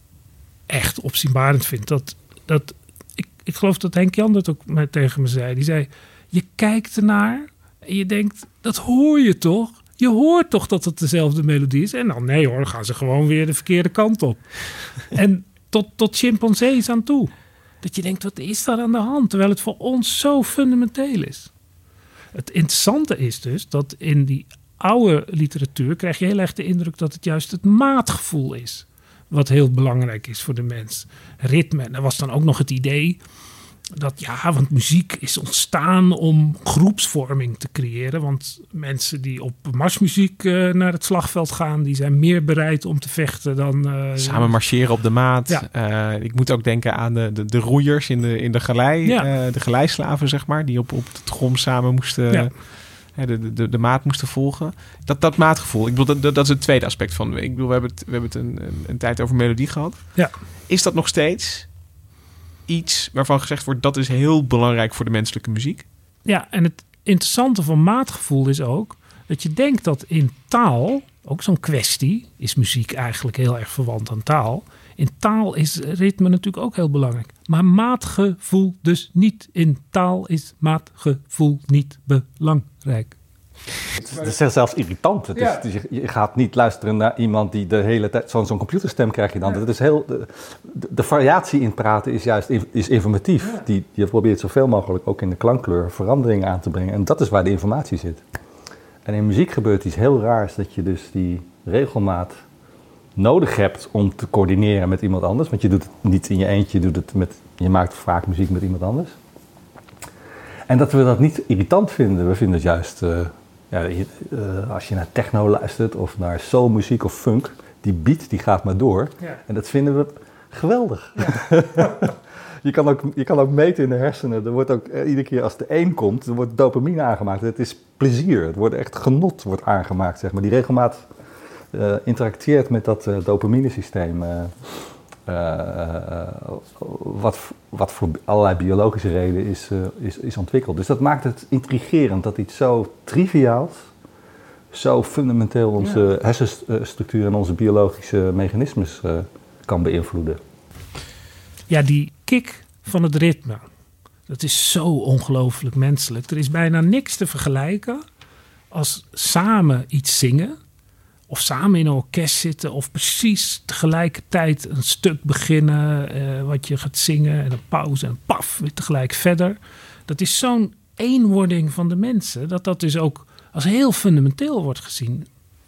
echt opzienbarend vind. Dat, dat, ik, ik geloof dat Henk Jan dat ook met, tegen me zei. Die zei, je kijkt ernaar en je denkt, dat hoor je toch? Je hoort toch dat het dezelfde melodie is? En dan nee hoor, dan gaan ze gewoon weer de verkeerde kant op. En tot, tot chimpansees aan toe. Dat je denkt, wat is daar aan de hand? Terwijl het voor ons zo fundamenteel is. Het interessante is dus dat in die oude literatuur krijg je heel erg de indruk dat het juist het maatgevoel is. Wat heel belangrijk is voor de mens. Ritme. En er was dan ook nog het idee dat ja, want muziek is ontstaan om groepsvorming te creëren. Want mensen die op marsmuziek uh, naar het slagveld gaan, die zijn meer bereid om te vechten dan... Uh, Samen marcheren op de maat. Ja. Uh, ik moet ook denken aan de, de, de roeiers in de, in de galei. Ja. Uh, de geleislaven, zeg maar, die op, op het grom samen moesten... Ja. De, de, de maat moesten volgen. Dat, dat maatgevoel. Ik bedoel, dat, dat is het tweede aspect van... Ik bedoel, we hebben het, we hebben het een, een, een tijd over melodie gehad. Ja. Is dat nog steeds iets waarvan gezegd wordt, dat is heel belangrijk voor de menselijke muziek? Ja, en het interessante van maatgevoel is ook dat je denkt dat in taal, ook zo'n kwestie, is muziek eigenlijk heel erg verwant aan taal. In taal is ritme natuurlijk ook heel belangrijk. Maar maatgevoel dus niet. In taal is maatgevoel niet belangrijk. Het is zelfs irritant. Het is, ja. het is, je gaat niet luisteren naar iemand die de hele tijd... Zo'n, zo'n computerstem krijg je dan. Ja. Dat is heel, de, de variatie in praten is juist is informatief. Ja. Die, je probeert zoveel mogelijk ook in de klankkleur veranderingen aan te brengen. En dat is waar de informatie zit. En in muziek gebeurt iets heel raars. Dat je dus die regelmaat nodig hebt om te coördineren met iemand anders. Want je doet het niet in je eentje. Je, doet het met, je maakt vaak muziek met iemand anders. En dat we dat niet irritant vinden. We vinden het juist... Uh, Ja, uh, als je naar techno luistert of naar soulmuziek of funk, die beat die gaat maar door. Ja. En dat vinden we geweldig. Ja. je, kan ook, je kan ook meten in de hersenen. Er wordt ook uh, iedere keer als de een komt, er wordt dopamine aangemaakt. Het is plezier, het wordt echt genot wordt aangemaakt. Zeg maar. Die regelmaat uh, interacteert met dat uh, dopaminesysteem. Uh, uh, uh, wat, wat voor allerlei biologische redenen is, uh, is, is ontwikkeld. Dus dat maakt het intrigerend dat iets zo triviaals, zo fundamenteel onze ja. hersenstructuur en onze biologische mechanismes uh, kan beïnvloeden. Ja, die kick van het ritme, dat is zo ongelooflijk menselijk. Er is bijna niks te vergelijken als samen iets zingen, of samen in een orkest zitten, of precies tegelijkertijd een stuk beginnen, uh, wat je gaat zingen, en een pauze en paf, weer tegelijk verder. Dat is zo'n eenwording van de mensen, dat dat dus ook als heel fundamenteel wordt gezien.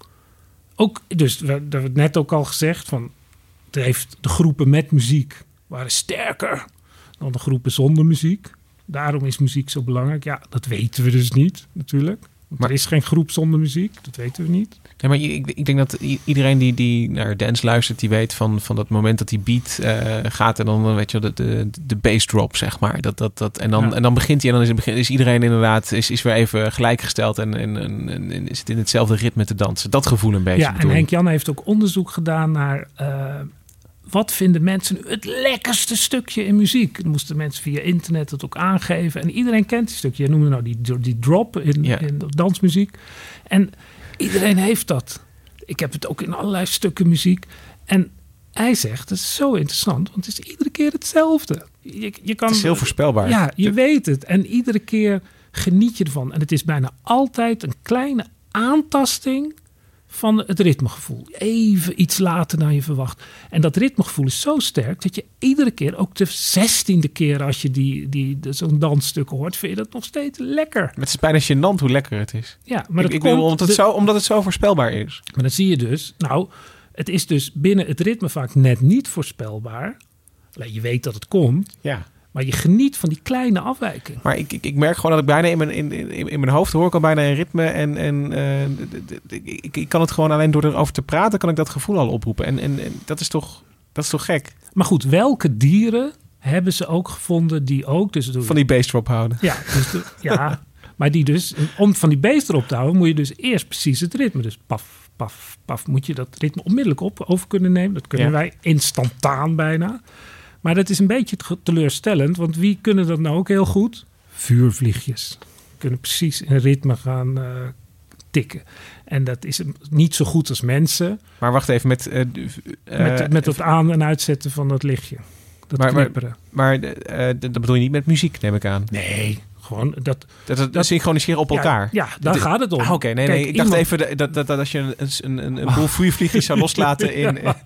Ook, dus we hebben het net ook al gezegd, van, het heeft de groepen met muziek waren sterker dan de groepen zonder muziek. Daarom is muziek zo belangrijk. Ja, dat weten we dus niet, natuurlijk. Want maar er is geen groep zonder muziek, dat weten we niet. Nee, maar ik, ik denk dat iedereen die, die naar dance luistert, die weet van, van dat moment dat die beat uh, gaat en dan weet je de, de, de bass drop, zeg maar. Dat, dat, dat, en, dan, ja. en dan begint hij en dan is, het, is iedereen inderdaad is, is weer even gelijkgesteld en, en, en, en is het in hetzelfde ritme te dansen. Dat gevoel een beetje. Ja, en Henk-Jan heeft ook onderzoek gedaan naar uh, wat vinden mensen nu het lekkerste stukje in muziek. Dan moesten mensen via internet het ook aangeven en iedereen kent die stukje. Je noemde nou die, die drop in, ja. in dansmuziek. En iedereen heeft dat. Ik heb het ook in allerlei stukken muziek. En hij zegt, dat is zo interessant, want het is iedere keer hetzelfde. Je, je kan, het is heel voorspelbaar. Ja, je weet het. En iedere keer geniet je ervan. En het is bijna altijd een kleine aantasting van het ritmegevoel. Even iets later dan je verwacht. En dat ritmegevoel is zo sterk dat je iedere keer, ook de zestiende keer als je die, die, die, zo'n dansstuk hoort, vind je dat nog steeds lekker. Het is bijna gênant hoe lekker het is. Ja, maar ik, dat ik komt, bedoel, omdat, het de, zo, omdat het zo voorspelbaar is. Maar dan zie je dus, nou, het is dus binnen het ritme vaak net niet voorspelbaar. Je weet dat het komt. Ja. Maar je geniet van die kleine afwijking. Maar ik, ik, ik merk gewoon dat ik bijna in mijn, in, in, in mijn hoofd hoor ik al bijna een ritme. En, en uh, d, d, d, ik, ik kan het gewoon alleen door erover te praten, kan ik dat gevoel al oproepen. En, en, en dat is toch, dat is toch gek? Maar goed, welke dieren hebben ze ook gevonden die ook... Dus van die bass drop houden. Ja, dus de, ja, maar die dus, om van die bass erop te houden, moet je dus eerst precies het ritme. Dus paf, paf, paf, moet je dat ritme onmiddellijk op over kunnen nemen. Dat kunnen ja. wij instantaan bijna. Maar dat is een beetje teleurstellend, want wie kunnen dat nou ook heel goed? Vuurvliegjes. Kunnen precies in ritme gaan uh, tikken. En dat is niet zo goed als mensen. Maar wacht even, met... Uh, uh, met, met het aan- en uitzetten van dat lichtje. Dat maar, knipperen. Maar, maar uh, dat bedoel je niet met muziek, neem ik aan? Nee, gewoon dat... Dat, dat, dat synchroniseren op elkaar? Ja, ja daar de, gaat het om. Ah, Oké, okay, nee, Kijk, nee. Ik iemand... dacht even dat, dat, dat als je een, een, een, een boel vuurvliegjes zou loslaten in, in,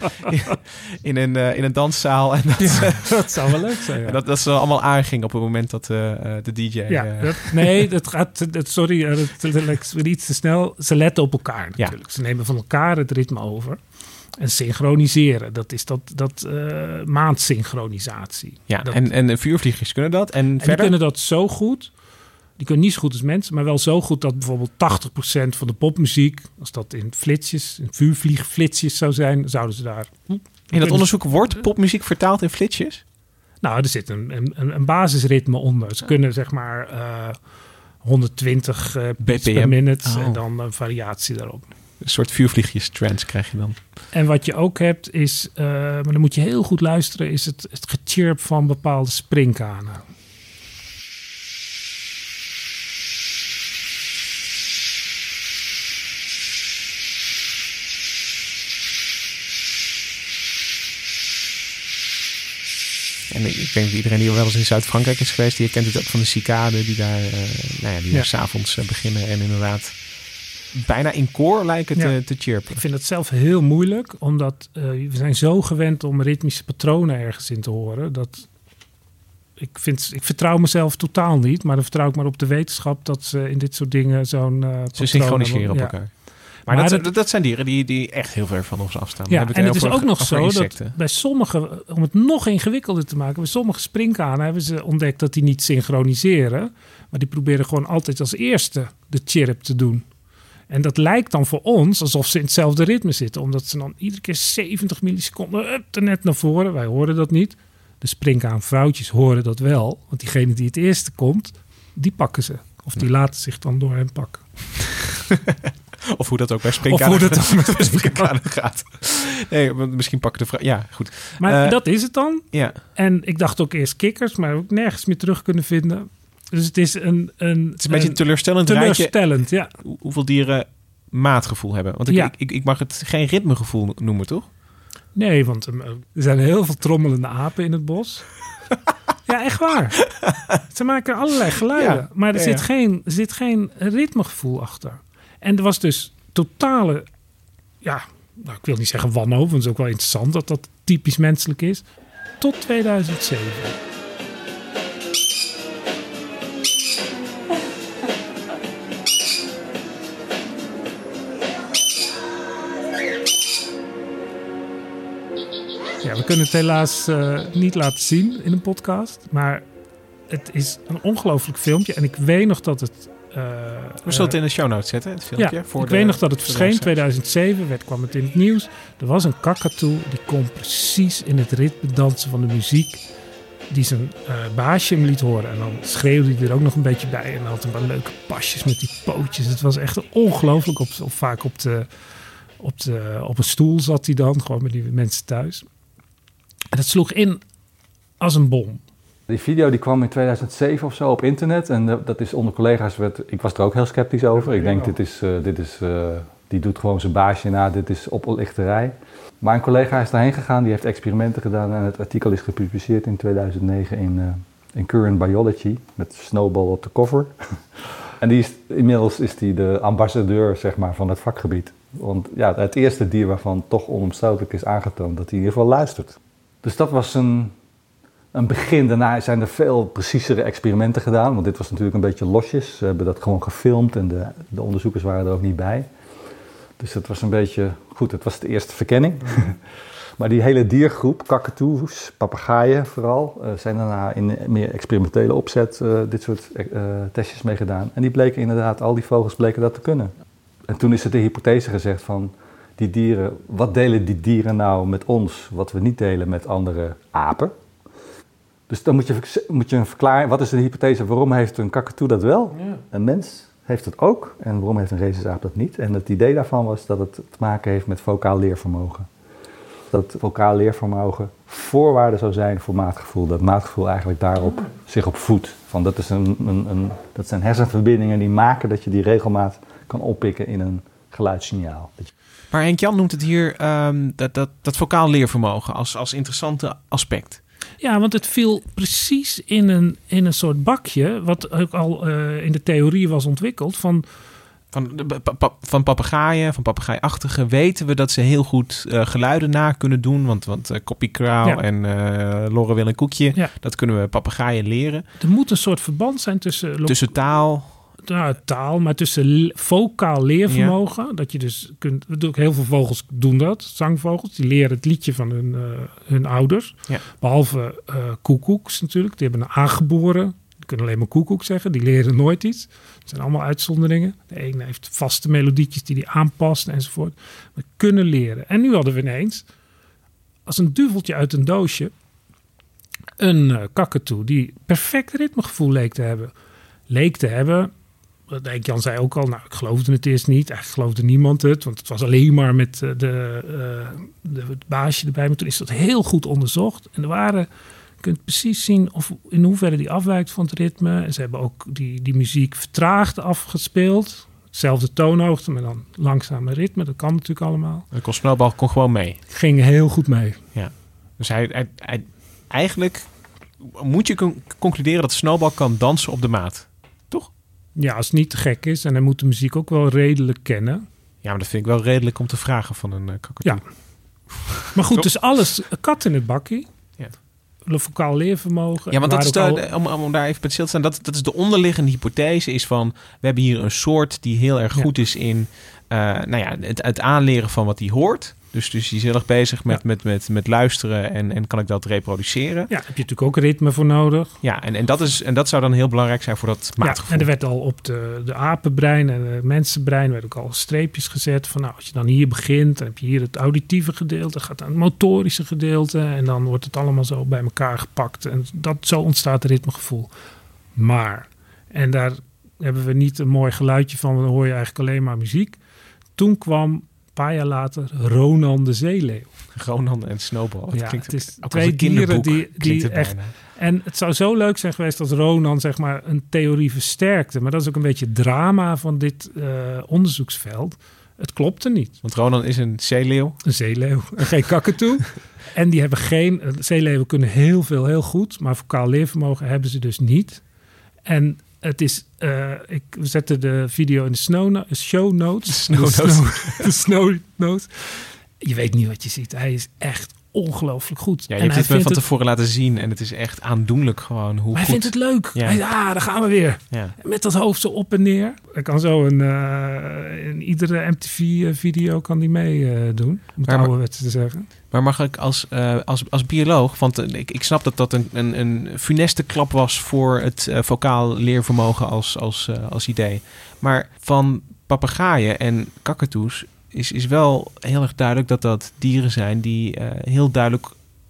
in, een, uh, in een danszaal. En dat, ja, dat zou wel leuk zijn. Ja. Dat, dat ze allemaal aanging op het moment dat uh, de D J... Ja, uh, dat, nee, dat gaat... Dat, sorry, dat, dat, dat is iets te snel. Ze letten op elkaar natuurlijk. Ja. Ze nemen van elkaar het ritme over. En synchroniseren, dat is dat, dat uh, maandsynchronisatie. Ja, dat, en, en vuurvliegjes kunnen dat. En, en verder? Die kunnen dat zo goed. Die kunnen niet zo goed als mensen, maar wel zo goed dat bijvoorbeeld tachtig procent van de popmuziek, als dat in flitsjes, in vuurvliegflitsjes zou zijn, zouden ze daar... In dat onderzoek wordt popmuziek vertaald in flitsjes? Nou, er zit een, een, een basisritme onder. Ze kunnen zeg maar uh, honderdtwintig uh, beats per minute oh. en dan een variatie daarop. Een soort vuurvliegjes-trends krijg je dan. En wat je ook hebt is, uh, maar dan moet je heel goed luisteren, is het, het gechirp van bepaalde springkanen. En ik denk dat iedereen die wel eens in Zuid-Frankrijk is geweest, die kent het ook van de cicaden die daar, uh, nou ja, die ja. daar 's avonds uh, beginnen en inderdaad bijna in koor lijken ja. te, te chirpen. Ik vind het zelf heel moeilijk, omdat uh, we zijn zo gewend om ritmische patronen ergens in te horen, dat ik vind, ik vertrouw mezelf totaal niet, maar dan vertrouw ik maar op de wetenschap dat ze in dit soort dingen zo'n uh, ze synchroniseren op ja. elkaar. Maar, maar dat, het, dat zijn dieren die, die echt heel ver van ons afstaan. Ja, en het is ook nog zo insecten. dat bij sommige, om het nog ingewikkelder te maken, bij sommige springkanen hebben ze ontdekt dat die niet synchroniseren, maar die proberen gewoon altijd als eerste de chirp te doen. En dat lijkt dan voor ons alsof ze in hetzelfde ritme zitten, omdat ze dan iedere keer zeventig milliseconden up, er net naar voren. Wij horen dat niet. De springkaanvrouwtjes horen dat wel, want diegene die het eerste komt, die pakken ze. Of die laten zich dan door hen pakken. Of hoe dat ook bij springkanen, of hoe dat ook bij springkanen gaat. Nee, misschien pakken de vrouw... Ja, goed. Maar uh, dat is het dan. Ja. En ik dacht ook eerst kikkers, maar ook nergens meer terug kunnen vinden. Dus het is een... een het is een beetje een teleurstellend Teleurstellend, rijtje, ja. Hoeveel dieren maatgevoel hebben. Want ik, ja. ik, ik, ik mag het geen ritmegevoel noemen, toch? Nee, want er zijn heel veel trommelende apen in het bos. Ja, echt waar. Ze maken allerlei geluiden. Ja, maar er, ja, zit ja. Geen, er zit geen ritmegevoel achter. En er was dus totale... Ja, nou, ik wil niet zeggen wanhoop, want het is ook wel interessant dat dat typisch menselijk is. Tot tweeduizend zeven. we kunnen het helaas uh, niet laten zien in een podcast. Maar het is een ongelooflijk filmpje. En ik weet nog dat het... Uh, we zullen het in de show notes zetten, het filmpje. Ja, voor ik de, weet nog dat het verscheen in tweeduizend zeven. Werd, kwam het in het nieuws. Er was een kakatoe die kon precies in het ritme dansen van de muziek die zijn uh, baasje hem liet horen. En dan schreeuwde hij er ook nog een beetje bij. En had een paar leuke pasjes met die pootjes. Het was echt ongelooflijk. Op, op, vaak op, de, op, de, op een stoel zat hij dan. Gewoon met die mensen thuis. En dat sloeg in als een bom. Die video die kwam in tweeduizend zeven of zo op internet. En dat is onder collega's... Werd, ik was er ook heel sceptisch over. Ik denk, dit is, uh, dit is, uh, die doet gewoon zijn baasje na. Dit is oplichterij. Maar een collega is daarheen gegaan. Die heeft experimenten gedaan. En het artikel is gepubliceerd in tweeduizend negen in, uh, in Current Biology. Met Snowball op de cover. En die is, inmiddels is die de ambassadeur, zeg maar, van het vakgebied. Want ja, het eerste dier waarvan toch onomstotelijk is aangetoond dat hij in ieder geval luistert. Dus dat was een... Een begin, daarna zijn er veel preciezere experimenten gedaan, want dit was natuurlijk een beetje losjes. Ze hebben dat gewoon gefilmd en de, de onderzoekers waren er ook niet bij. Dus het was een beetje, goed, het was de eerste verkenning. Maar die hele diergroep, kakatoes, papegaaien vooral, uh, zijn daarna in meer experimentele opzet uh, dit soort uh, testjes mee gedaan. En die bleken inderdaad, al die vogels bleken dat te kunnen. En toen is er de hypothese gezegd van, die dieren, wat delen die dieren nou met ons, wat we niet delen met andere apen? Dus dan moet je, moet je verklaren, wat is de hypothese, waarom heeft een kakatoe dat wel? Ja. Een mens heeft het ook. En waarom heeft een rhesusaap dat niet? En het idee daarvan was dat het te maken heeft met vocaal leervermogen. Dat vocaal leervermogen voorwaarde zou zijn voor maatgevoel. Dat maatgevoel eigenlijk daarop ja. zich op voedt. Van dat, is een, een, een, dat zijn hersenverbindingen die maken dat je die regelmaat kan oppikken in een geluidssignaal. Maar Henk-Jan noemt het hier um, dat, dat, dat vocaal leervermogen als, als interessante aspect. Ja, want het viel precies in een, in een soort bakje, wat ook al uh, in de theorie was ontwikkeld. Van, van, de, pa, van papegaaien, van papegaaiachtigen weten we dat ze heel goed uh, geluiden na kunnen doen. Want, want uh, Koppie Kraal ja. en uh, Lorre Wil en Koekje, ja. dat kunnen we papegaaien leren. Er moet een soort verband zijn tussen... Tussen taal... Nou, taal, maar tussen vocaal leervermogen. Ja. Dat je dus kunt. Heel veel vogels doen dat, zangvogels. Die leren het liedje van hun, uh, hun ouders. Ja. Behalve uh, koekoeks natuurlijk. Die hebben een aangeboren. Die kunnen alleen maar koekoek zeggen. Die leren nooit iets. Het zijn allemaal uitzonderingen. De ene heeft vaste melodietjes die die aanpast enzovoort. We kunnen leren. En nu hadden we ineens, als een duveltje uit een doosje, een uh, kakatoe die perfect ritmegevoel leek te hebben. Leek te hebben. Jan zei ook al, nou, ik geloofde het eerst niet. Eigenlijk geloofde niemand het, want het was alleen maar met de, de, de, het baasje erbij. Maar toen is dat heel goed onderzocht. En er waren, je kunt precies zien of, in hoeverre die afwijkt van het ritme. En ze hebben ook die, die muziek vertraagd afgespeeld. Hetzelfde toonhoogte, maar dan langzame ritme. Dat kan natuurlijk allemaal. De Snowball kon gewoon mee. Ging heel goed mee. Ja. Dus hij, hij, hij eigenlijk moet je con- concluderen dat de Snowball kan dansen op de maat. Toch? Ja, als het niet te gek is. En hij moet de muziek ook wel redelijk kennen. Ja, maar dat vind ik wel redelijk om te vragen van een uh, kakatoe. Ja. Maar goed, dus alles kat in het bakkie. Ja. Vocaal leervermogen. Ja, want dat is de, al... om, om daar even bij stil te staan. Dat, dat is de onderliggende hypothese is van, we hebben hier een soort die heel erg goed ja. is in uh, nou ja, het, het aanleren van wat hij hoort. Dus, dus die is heel erg bezig met, ja. met, met, met luisteren en, en kan ik dat reproduceren. Ja, heb je natuurlijk ook ritme voor nodig. Ja, en, en, dat, is, en dat zou dan heel belangrijk zijn voor dat maatgevoel. Ja, en er werd al op de, de apenbrein en de mensenbrein werd ook al streepjes gezet. Van nou, als je dan hier begint, dan heb je hier het auditieve gedeelte, gaat naar het motorische gedeelte. En dan wordt het allemaal zo bij elkaar gepakt. En dat, zo ontstaat het ritmegevoel. Maar, en daar hebben we niet een mooi geluidje van, dan hoor je eigenlijk alleen maar muziek. Toen kwam... Een paar jaar later Ronan de zeeleeuw. Ronan en Snowball. Ja, klinkt het is twee dieren die, die echt... Bijna. En het zou zo leuk zijn geweest als Ronan zeg maar een theorie versterkte. Maar dat is ook een beetje het drama van dit uh, onderzoeksveld. Het klopte niet. Want Ronan is een zeeleeuw. Een zeeleeuw. En geen kakatoe. En die hebben geen... Zeeleeuwen kunnen heel veel, heel goed. Maar vocaal leervermogen hebben ze dus niet. En... Het is, uh, ik zette de video in de snow no- show notes. Snow de, notes. Snow, de snow notes. Je weet niet wat je ziet. Hij is echt ongelooflijk goed. Ja, je en hebt hij dit me van het, tevoren laten zien en het is echt aandoenlijk gewoon hoe hij goed. vindt het leuk. Ja, hij, ah, daar gaan we weer. Ja. Met dat hoofd zo op en neer. Hij kan zo een, uh, in iedere M T V-video kan die meedoen. Uh, om het ouderwets te zeggen. Maar mag ik als, uh, als, als bioloog, want uh, ik, ik snap dat dat een, een, een funeste klap was voor het uh, vocaal leervermogen als, als, uh, als idee. Maar van papegaaien en kakatoes is, is wel heel erg duidelijk dat dat dieren zijn die uh, heel duidelijk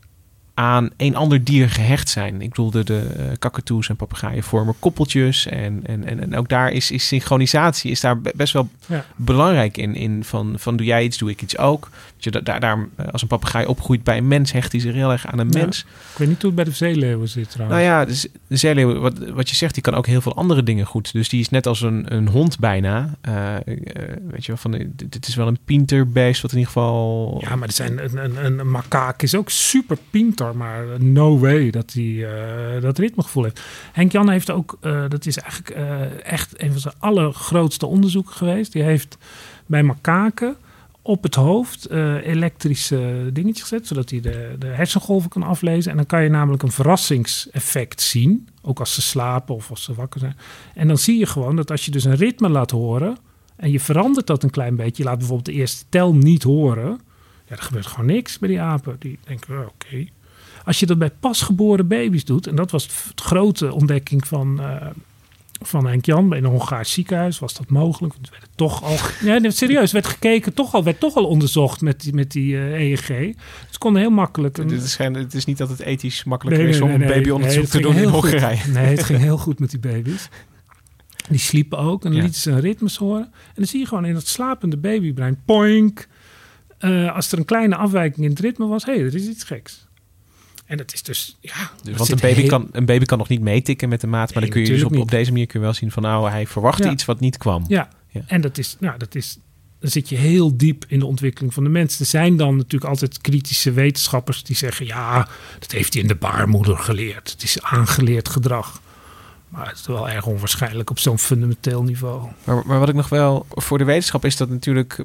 aan een ander dier gehecht zijn. Ik bedoel, de, de uh, kakatoes en papegaaien vormen koppeltjes. En, en, en, en ook daar is, is synchronisatie is daar best wel ja. belangrijk in. in van, van doe jij iets, doe ik iets ook. Je, daar, daar, als een papegaai opgroeit bij een mens, hecht hij zich heel erg aan een ja. mens. Ik weet niet hoe het bij de zeeleeuwen zit trouwens. Nou ja, de, de zeeleeuw, wat, wat je zegt, die kan ook heel veel andere dingen goed. Dus die is net als een, een hond bijna. Uh, uh, weet je wel, van, dit is wel een pinterbeest wat in ieder geval... Ja, maar er zijn, een, een, een makaak is ook super pinter. Maar no way dat hij uh, dat ritmegevoel heeft. Henk Jan heeft ook, uh, dat is eigenlijk uh, echt een van zijn allergrootste onderzoeken geweest. Die heeft bij makaken op het hoofd uh, elektrische dingetjes gezet, zodat hij de, de hersengolven kan aflezen. En dan kan je namelijk een verrassingseffect zien, ook als ze slapen of als ze wakker zijn. En dan zie je gewoon dat als je dus een ritme laat horen en je verandert dat een klein beetje, je laat bijvoorbeeld de eerste tel niet horen, ja, er gebeurt gewoon niks bij die apen. Die denken, oh, oké. Okay. Als je dat bij pasgeboren baby's doet, en dat was de grote ontdekking van, uh, van Henk Jan, in een Hongaars ziekenhuis was dat mogelijk. Het werd toch al, ja, serieus, werd gekeken, toch al, werd toch al onderzocht met die, met die uh, E E G. Dus ze konden heel makkelijk... Een... Het, is geen, het is niet dat het ethisch makkelijker nee, is nee, om nee, een babyonderzoek nee, te doen in Hongarije. Nee, het ging heel goed met die baby's. Die sliepen ook en dan ja. lieten ze een ritmes horen. En dan zie je gewoon in dat slapende babybrein, poink, uh, als er een kleine afwijking in het ritme was, hé, hey, er is iets geks. En dat is dus, ja... Dus want een baby, heel... kan, een baby kan nog niet meetikken met de maat, maar nee, dan kun je dus op, op deze manier kun je wel zien van, nou, hij verwachtte ja. iets wat niet kwam. Ja, ja. En dat is, nou, dat is, dan zit je heel diep in de ontwikkeling van de mens. Er zijn dan natuurlijk altijd kritische wetenschappers die zeggen, ja, dat heeft hij in de baarmoeder geleerd. Het is aangeleerd gedrag. Maar het is wel erg onwaarschijnlijk op zo'n fundamenteel niveau. Maar, maar wat ik nog wel voor de wetenschap is dat natuurlijk...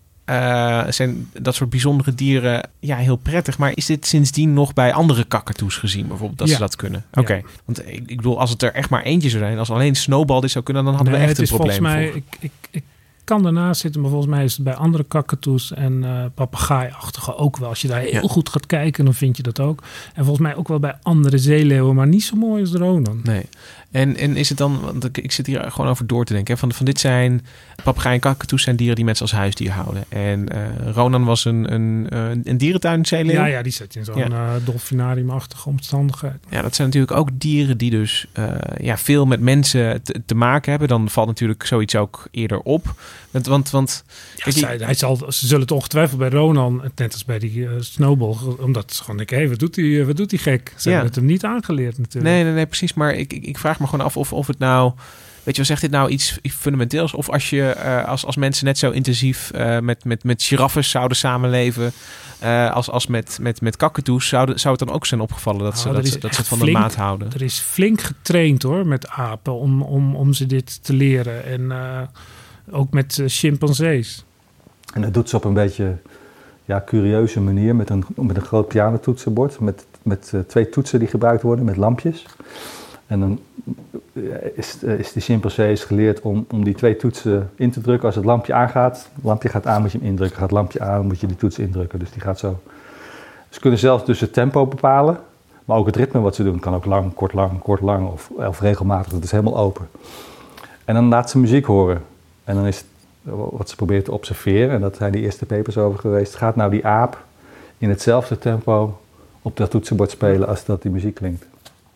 Uh, zijn dat soort bijzondere dieren ja, heel prettig. Maar is dit sindsdien nog bij andere kakatoes gezien bijvoorbeeld, dat ja. ze dat kunnen? Oké, okay. ja. Want ik, ik bedoel, als het er echt maar eentje zou zijn, als alleen Snowball dit zou kunnen, dan hadden nee, we echt een probleem. Volgens mij, ik, ik, ik kan ernaast zitten, maar volgens mij is het bij andere kakatoes en uh, papegaaiachtige ook wel. Als je daar heel ja. goed gaat kijken, dan vind je dat ook. En volgens mij ook wel bij andere zeeleeuwen, maar niet zo mooi als de Ronan. Nee. En, en is het dan, want ik, ik zit hier gewoon over door te denken. Hè? Van, van dit zijn, papegaaien en kakatoes zijn dieren die mensen als huisdier houden. En uh, Ronan was een, een, een dierentuin zeeleeuw. Ja, ja, die zit in zo'n ja. uh, dolfinariumachtige omstandigheid. Ja, dat zijn natuurlijk ook dieren die dus uh, ja, veel met mensen te, te maken hebben. Dan valt natuurlijk zoiets ook eerder op. Want, want, want ja, die, zij, hij zal, ze zullen het ongetwijfeld bij Ronan, net als bij die uh, Snowball, omdat ze gewoon denken, hé, hey, wat doet die, wat doet die gek? Ze ja. hebben het hem niet aangeleerd natuurlijk. Nee, nee, nee, precies. Maar ik, ik, ik vraag me gewoon af of, of het nou, weet je wel, zegt dit nou iets fundamenteels? Of als je uh, als, als mensen net zo intensief uh, met, met, met giraffes zouden samenleven uh, als, als met, met, met kakatoes, zou, zou het dan ook zijn opgevallen dat, nou, ze, dat, dat ze het van flink, de maat houden? Er is flink getraind hoor met apen om, om, om ze dit te leren. En uh, ook met uh, chimpansees. En dat doet ze op een beetje ja, curieuze manier met een, met een groot pianotoetsenbord. Met, met uh, twee toetsen die gebruikt worden met lampjes. En dan is, is de chimpansees geleerd om, om die twee toetsen in te drukken. Als het lampje aangaat, het lampje gaat aan, moet je hem indrukken. Gaat het lampje aan, moet je die toets indrukken. Dus die gaat zo. Ze kunnen zelf dus het tempo bepalen. Maar ook het ritme wat ze doen kan ook lang, kort, lang, kort, lang of, of regelmatig. Dat is helemaal open. En dan laat ze muziek horen. En dan is het wat ze proberen te observeren. En dat zijn die eerste papers over geweest. Gaat nou die aap in hetzelfde tempo op dat toetsenbord spelen als dat die muziek klinkt?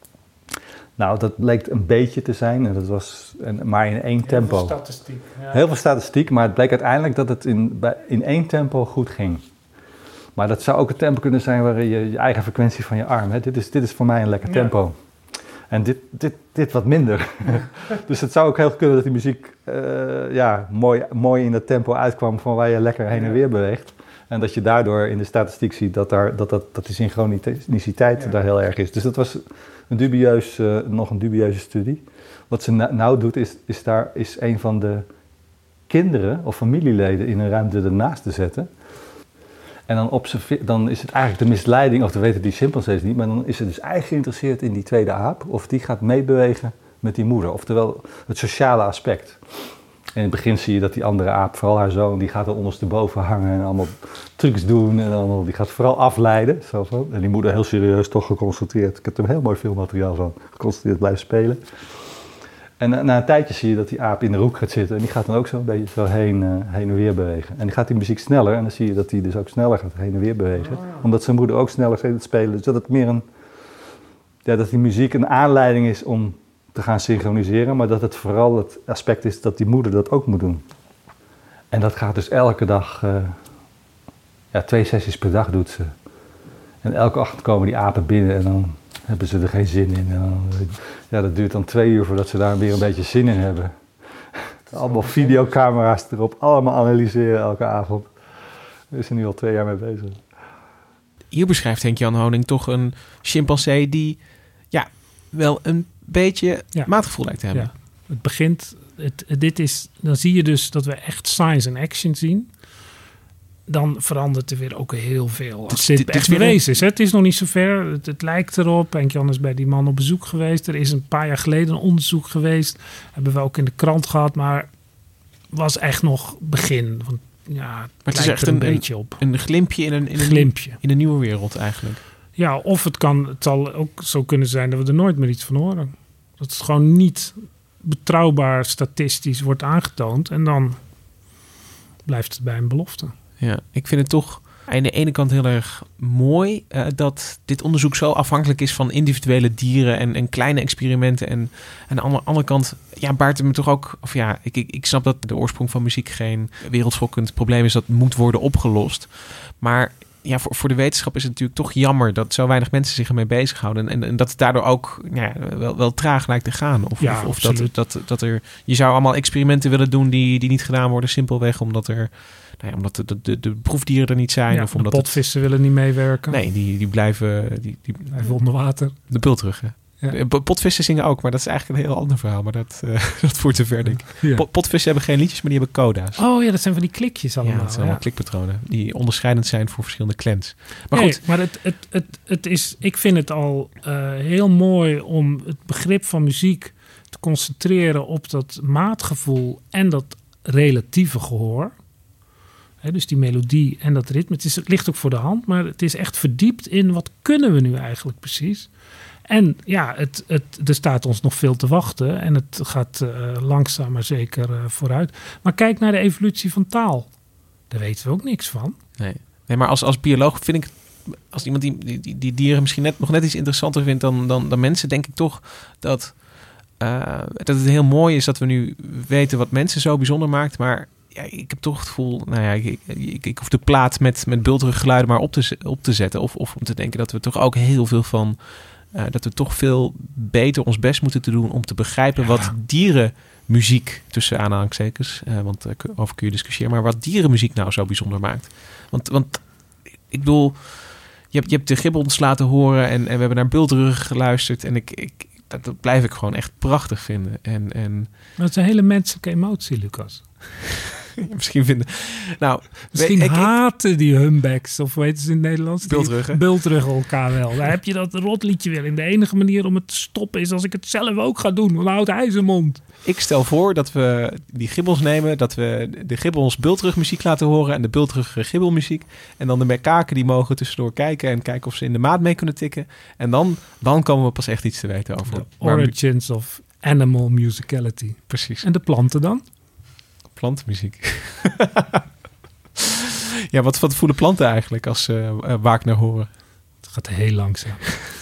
Nou, dat bleek een beetje te zijn, en dat was en, maar in één tempo. Heel veel statistiek. Ja. Heel veel statistiek, maar het bleek uiteindelijk dat het in, bij, in één tempo goed ging. Maar dat zou ook een tempo kunnen zijn waarin je je eigen frequentie van je arm... Hè, dit, is, dit is voor mij een lekker tempo. Ja. En dit, dit, dit wat minder. Dus het zou ook heel kunnen dat die muziek uh, ja, mooi, mooi in dat tempo uitkwam van waar je lekker heen en weer beweegt. En dat je daardoor in de statistiek ziet dat, daar, dat, dat, dat die synchroniciteit ja. daar heel erg is. Dus dat was een dubieus, uh, nog een dubieuze studie. Wat ze na, nou doet is, is, daar, is een van de kinderen of familieleden in een ruimte ernaast te zetten. En dan, observeer, dan is het eigenlijk de misleiding, of dat weten die chimpansees niet, maar dan is het dus eigenlijk geïnteresseerd in die tweede aap, of die gaat meebewegen met die moeder. Oftewel het sociale aspect. En in het begin zie je dat die andere aap, vooral haar zoon, die gaat er ondersteboven hangen en allemaal trucs doen. En allemaal, die gaat vooral afleiden. Zo van. En die moeder heel serieus toch geconcentreerd. Ik heb er heel mooi filmmateriaal van. Geconcentreerd blijven spelen. En na, na een tijdje zie je dat die aap in de hoek gaat zitten. En die gaat dan ook zo een beetje zo heen, uh, heen en weer bewegen. En die gaat die muziek sneller. En dan zie je dat hij dus ook sneller gaat heen en weer bewegen. Oh, ja. Omdat zijn moeder ook sneller gaat spelen. Dus dat het meer een... Ja, dat die muziek een aanleiding is om te gaan synchroniseren, maar dat het vooral het aspect is dat die moeder dat ook moet doen. En dat gaat dus elke dag, uh, ja, twee sessies per dag doet ze. En elke ochtend komen die apen binnen en dan hebben ze er geen zin in. En dan, ja, dat duurt dan twee uur voordat ze daar weer een beetje zin in hebben. Allemaal videocamera's erop, allemaal analyseren elke avond. Daar is er nu al twee jaar mee bezig. Hier beschrijft Henk-Jan Honing toch een chimpansee die ja, wel een beetje ja. maatgevoel lijkt te hebben. Ja. Het begint, het, dit is, dan zie je dus dat we echt science en action zien. Dan verandert er weer ook heel veel. Als dit, dit echt bewezen is. Hè? Het is nog niet zo ver. Het, het lijkt erop. Henk-Jan is bij die man op bezoek geweest. Er is een paar jaar geleden een onderzoek geweest. Hebben we ook in de krant gehad. Maar was echt nog begin. Want, ja, het, maar het is echt een, een beetje op. Een glimpje in een, in, een, glimpje in een nieuwe wereld eigenlijk. Ja, of het kan, het zal ook zo kunnen zijn dat we er nooit meer iets van horen. Dat het gewoon niet betrouwbaar statistisch wordt aangetoond. En dan blijft het bij een belofte. Ja, ik vind het toch aan de ene kant heel erg mooi uh, dat dit onderzoek zo afhankelijk is van individuele dieren en, en kleine experimenten. En aan de andere, andere kant ja, baart het me toch ook, of ja, ik, ik, ik snap dat de oorsprong van muziek geen wereldschokkend probleem is dat moet worden opgelost. Maar ja, voor, voor de wetenschap is het natuurlijk toch jammer dat zo weinig mensen zich ermee bezighouden. En, en dat het daardoor ook ja, wel, wel traag lijkt te gaan. Of, ja, of, of dat, dat, dat er, je zou allemaal experimenten willen doen die, die niet gedaan worden, simpelweg omdat er, nou ja, omdat de, de, de, de proefdieren er niet zijn. Ja, of omdat de potvissen het, willen niet meewerken. Nee, die, die blijven... Die, die blijven onder water. De bultruggen. Ja. Potvissen zingen ook, maar dat is eigenlijk een heel ander verhaal. Maar dat, uh, dat voert te ver, denk ik. Ja. Potvissen hebben geen liedjes, maar die hebben coda's. Oh ja, dat zijn van die klikjes allemaal. Ja, dat zijn allemaal ja. klikpatronen. Die onderscheidend zijn voor verschillende clans. Maar nee, goed. Maar het, het, het, het is, ik vind het al uh, heel mooi om het begrip van muziek te concentreren op dat maatgevoel en dat relatieve gehoor. He, dus die melodie en dat ritme. Het, is, het ligt ook voor de hand, maar het is echt verdiept in wat kunnen we nu eigenlijk precies. En ja, het, het, er staat ons nog veel te wachten. En het gaat uh, langzaam maar zeker uh, vooruit. Maar kijk naar de evolutie van taal. Daar weten we ook niks van. Nee, nee maar als, als bioloog vind ik... Als iemand die, die, die dieren misschien net, nog net iets interessanter vindt dan, dan, dan mensen... denk ik toch dat, uh, dat het heel mooi is dat we nu weten wat mensen zo bijzonder maakt. Maar ja, ik heb toch het gevoel... Nou ja, ik, ik, ik hoef de plaat met, met bulterige geluiden maar op te, op te zetten. Of, of om te denken dat we toch ook heel veel van... Uh, dat we toch veel beter ons best moeten te doen om te begrijpen ja. wat dierenmuziek, tussen aanhalingstekens, uh, want uh, over kun je discussiëren, maar wat dierenmuziek nou zo bijzonder maakt. Want, want ik bedoel, je hebt, je hebt de gibbons laten horen en, en we hebben naar bultruggen geluisterd en ik, ik, dat, dat blijf ik gewoon echt prachtig vinden. En, en... Maar het is een hele menselijke emotie, Lucas. Misschien vinden... Nou, Misschien ik, haten die humbacks, of hoe heet het in het Nederlands? Bultruggen. Bultruggen elkaar wel. Daar heb je dat rotliedje weer in. De enige manier om het te stoppen is als ik het zelf ook ga doen. Dan houdt hij zijn mond. Ik stel voor dat we die gibbons nemen, dat we de gibbons bultrugmuziek laten horen en de bultrugge gibbelmuziek. En dan de mekaken die mogen tussendoor kijken en kijken of ze in de maat mee kunnen tikken. En dan, dan komen we pas echt iets te weten over... The origins maar, of animal musicality. Precies. En de planten dan? Plantenmuziek. Ja, wat, wat voelen planten eigenlijk als ze uh, Wagner horen? Het gaat heel langzaam.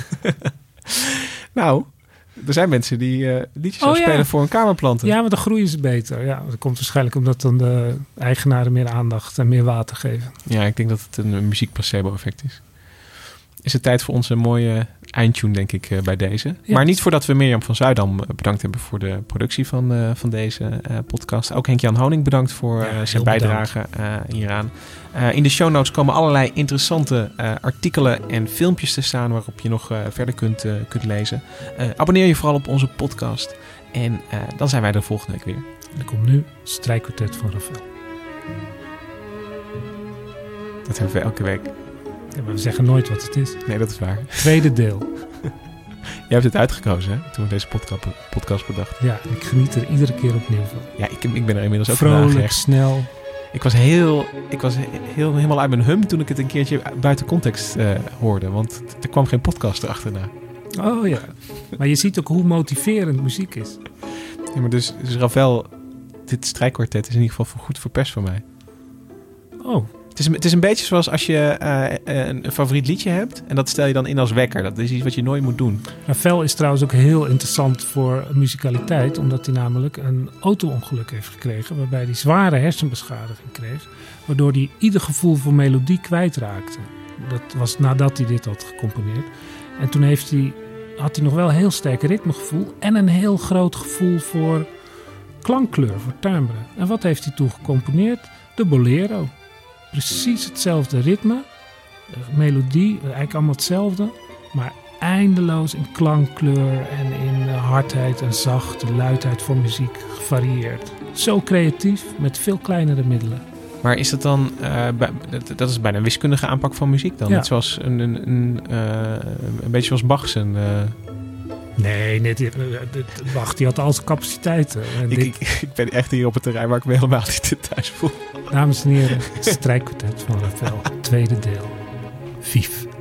Nou, er zijn mensen die uh, liedjes oh, spelen ja. voor hun kamerplanten. Ja, maar dan groeien ze beter. Ja, dat komt waarschijnlijk omdat dan de eigenaren meer aandacht en meer water geven. Ja, ik denk dat het een, een muziek-placebo-effect is. Is het tijd voor onze mooie eindtune, denk ik, uh, bij deze. Ja. Maar niet voordat we Mirjam van Zuidam bedankt hebben voor de productie van, uh, van deze uh, podcast. Ook Henk-Jan Honing bedankt voor uh, ja, zijn bijdrage uh, hieraan. Uh, in de show notes komen allerlei interessante uh, artikelen en filmpjes te staan waarop je nog uh, verder kunt, uh, kunt lezen. Uh, abonneer je vooral op onze podcast. En uh, dan zijn wij de volgende week weer. En er komt nu Strijkkwartet van Ravel. Dat hebben we elke week. Ja, maar we zeggen nooit wat het is. Nee, dat is waar. Tweede deel. Jij hebt het uitgekozen, hè? Toen we deze podcast, podcast bedachten. Ja, ik geniet er iedere keer opnieuw van. Ja, ik, ik ben er inmiddels ook vrolijk, snel. Ik was, heel, ik was heel, helemaal uit mijn hum toen ik het een keertje buiten context uh, hoorde. Want er kwam geen podcast erachterna. Oh ja. Maar je ziet ook hoe motiverend muziek is. Ja, maar dus, dus Ravel, dit strijkkwartet is in ieder geval goed verpest voor mij. Oh. Het is, een, het is een beetje zoals als je uh, een, een favoriet liedje hebt en dat stel je dan in als wekker. Dat is iets wat je nooit moet doen. Ravel is trouwens ook heel interessant voor muzikaliteit, omdat hij namelijk een auto-ongeluk heeft gekregen waarbij hij zware hersenbeschadiging kreeg, waardoor hij ieder gevoel voor melodie kwijtraakte. Dat was nadat hij dit had gecomponeerd. En toen heeft hij, had hij nog wel een heel sterk ritmegevoel en een heel groot gevoel voor klankkleur, voor timbre. En wat heeft hij toen gecomponeerd? De Bolero. Precies hetzelfde ritme, melodie, eigenlijk allemaal hetzelfde, maar eindeloos in klankkleur en in hardheid en zachte luidheid voor muziek gevarieerd. Zo creatief, met veel kleinere middelen. Maar is dat dan, uh, bij, dat, dat is bijna een wiskundige aanpak van muziek dan? Ja. Net zoals een, een, een, uh, een beetje zoals Bach zijn... Uh... Nee, net, uh, Bach die had al zijn capaciteiten. En ik, dit... ik, ik ben echt hier op het terrein waar ik me helemaal niet thuis voel. Dames en heren, strijkkwartet van Ravel, tweede deel. Vief.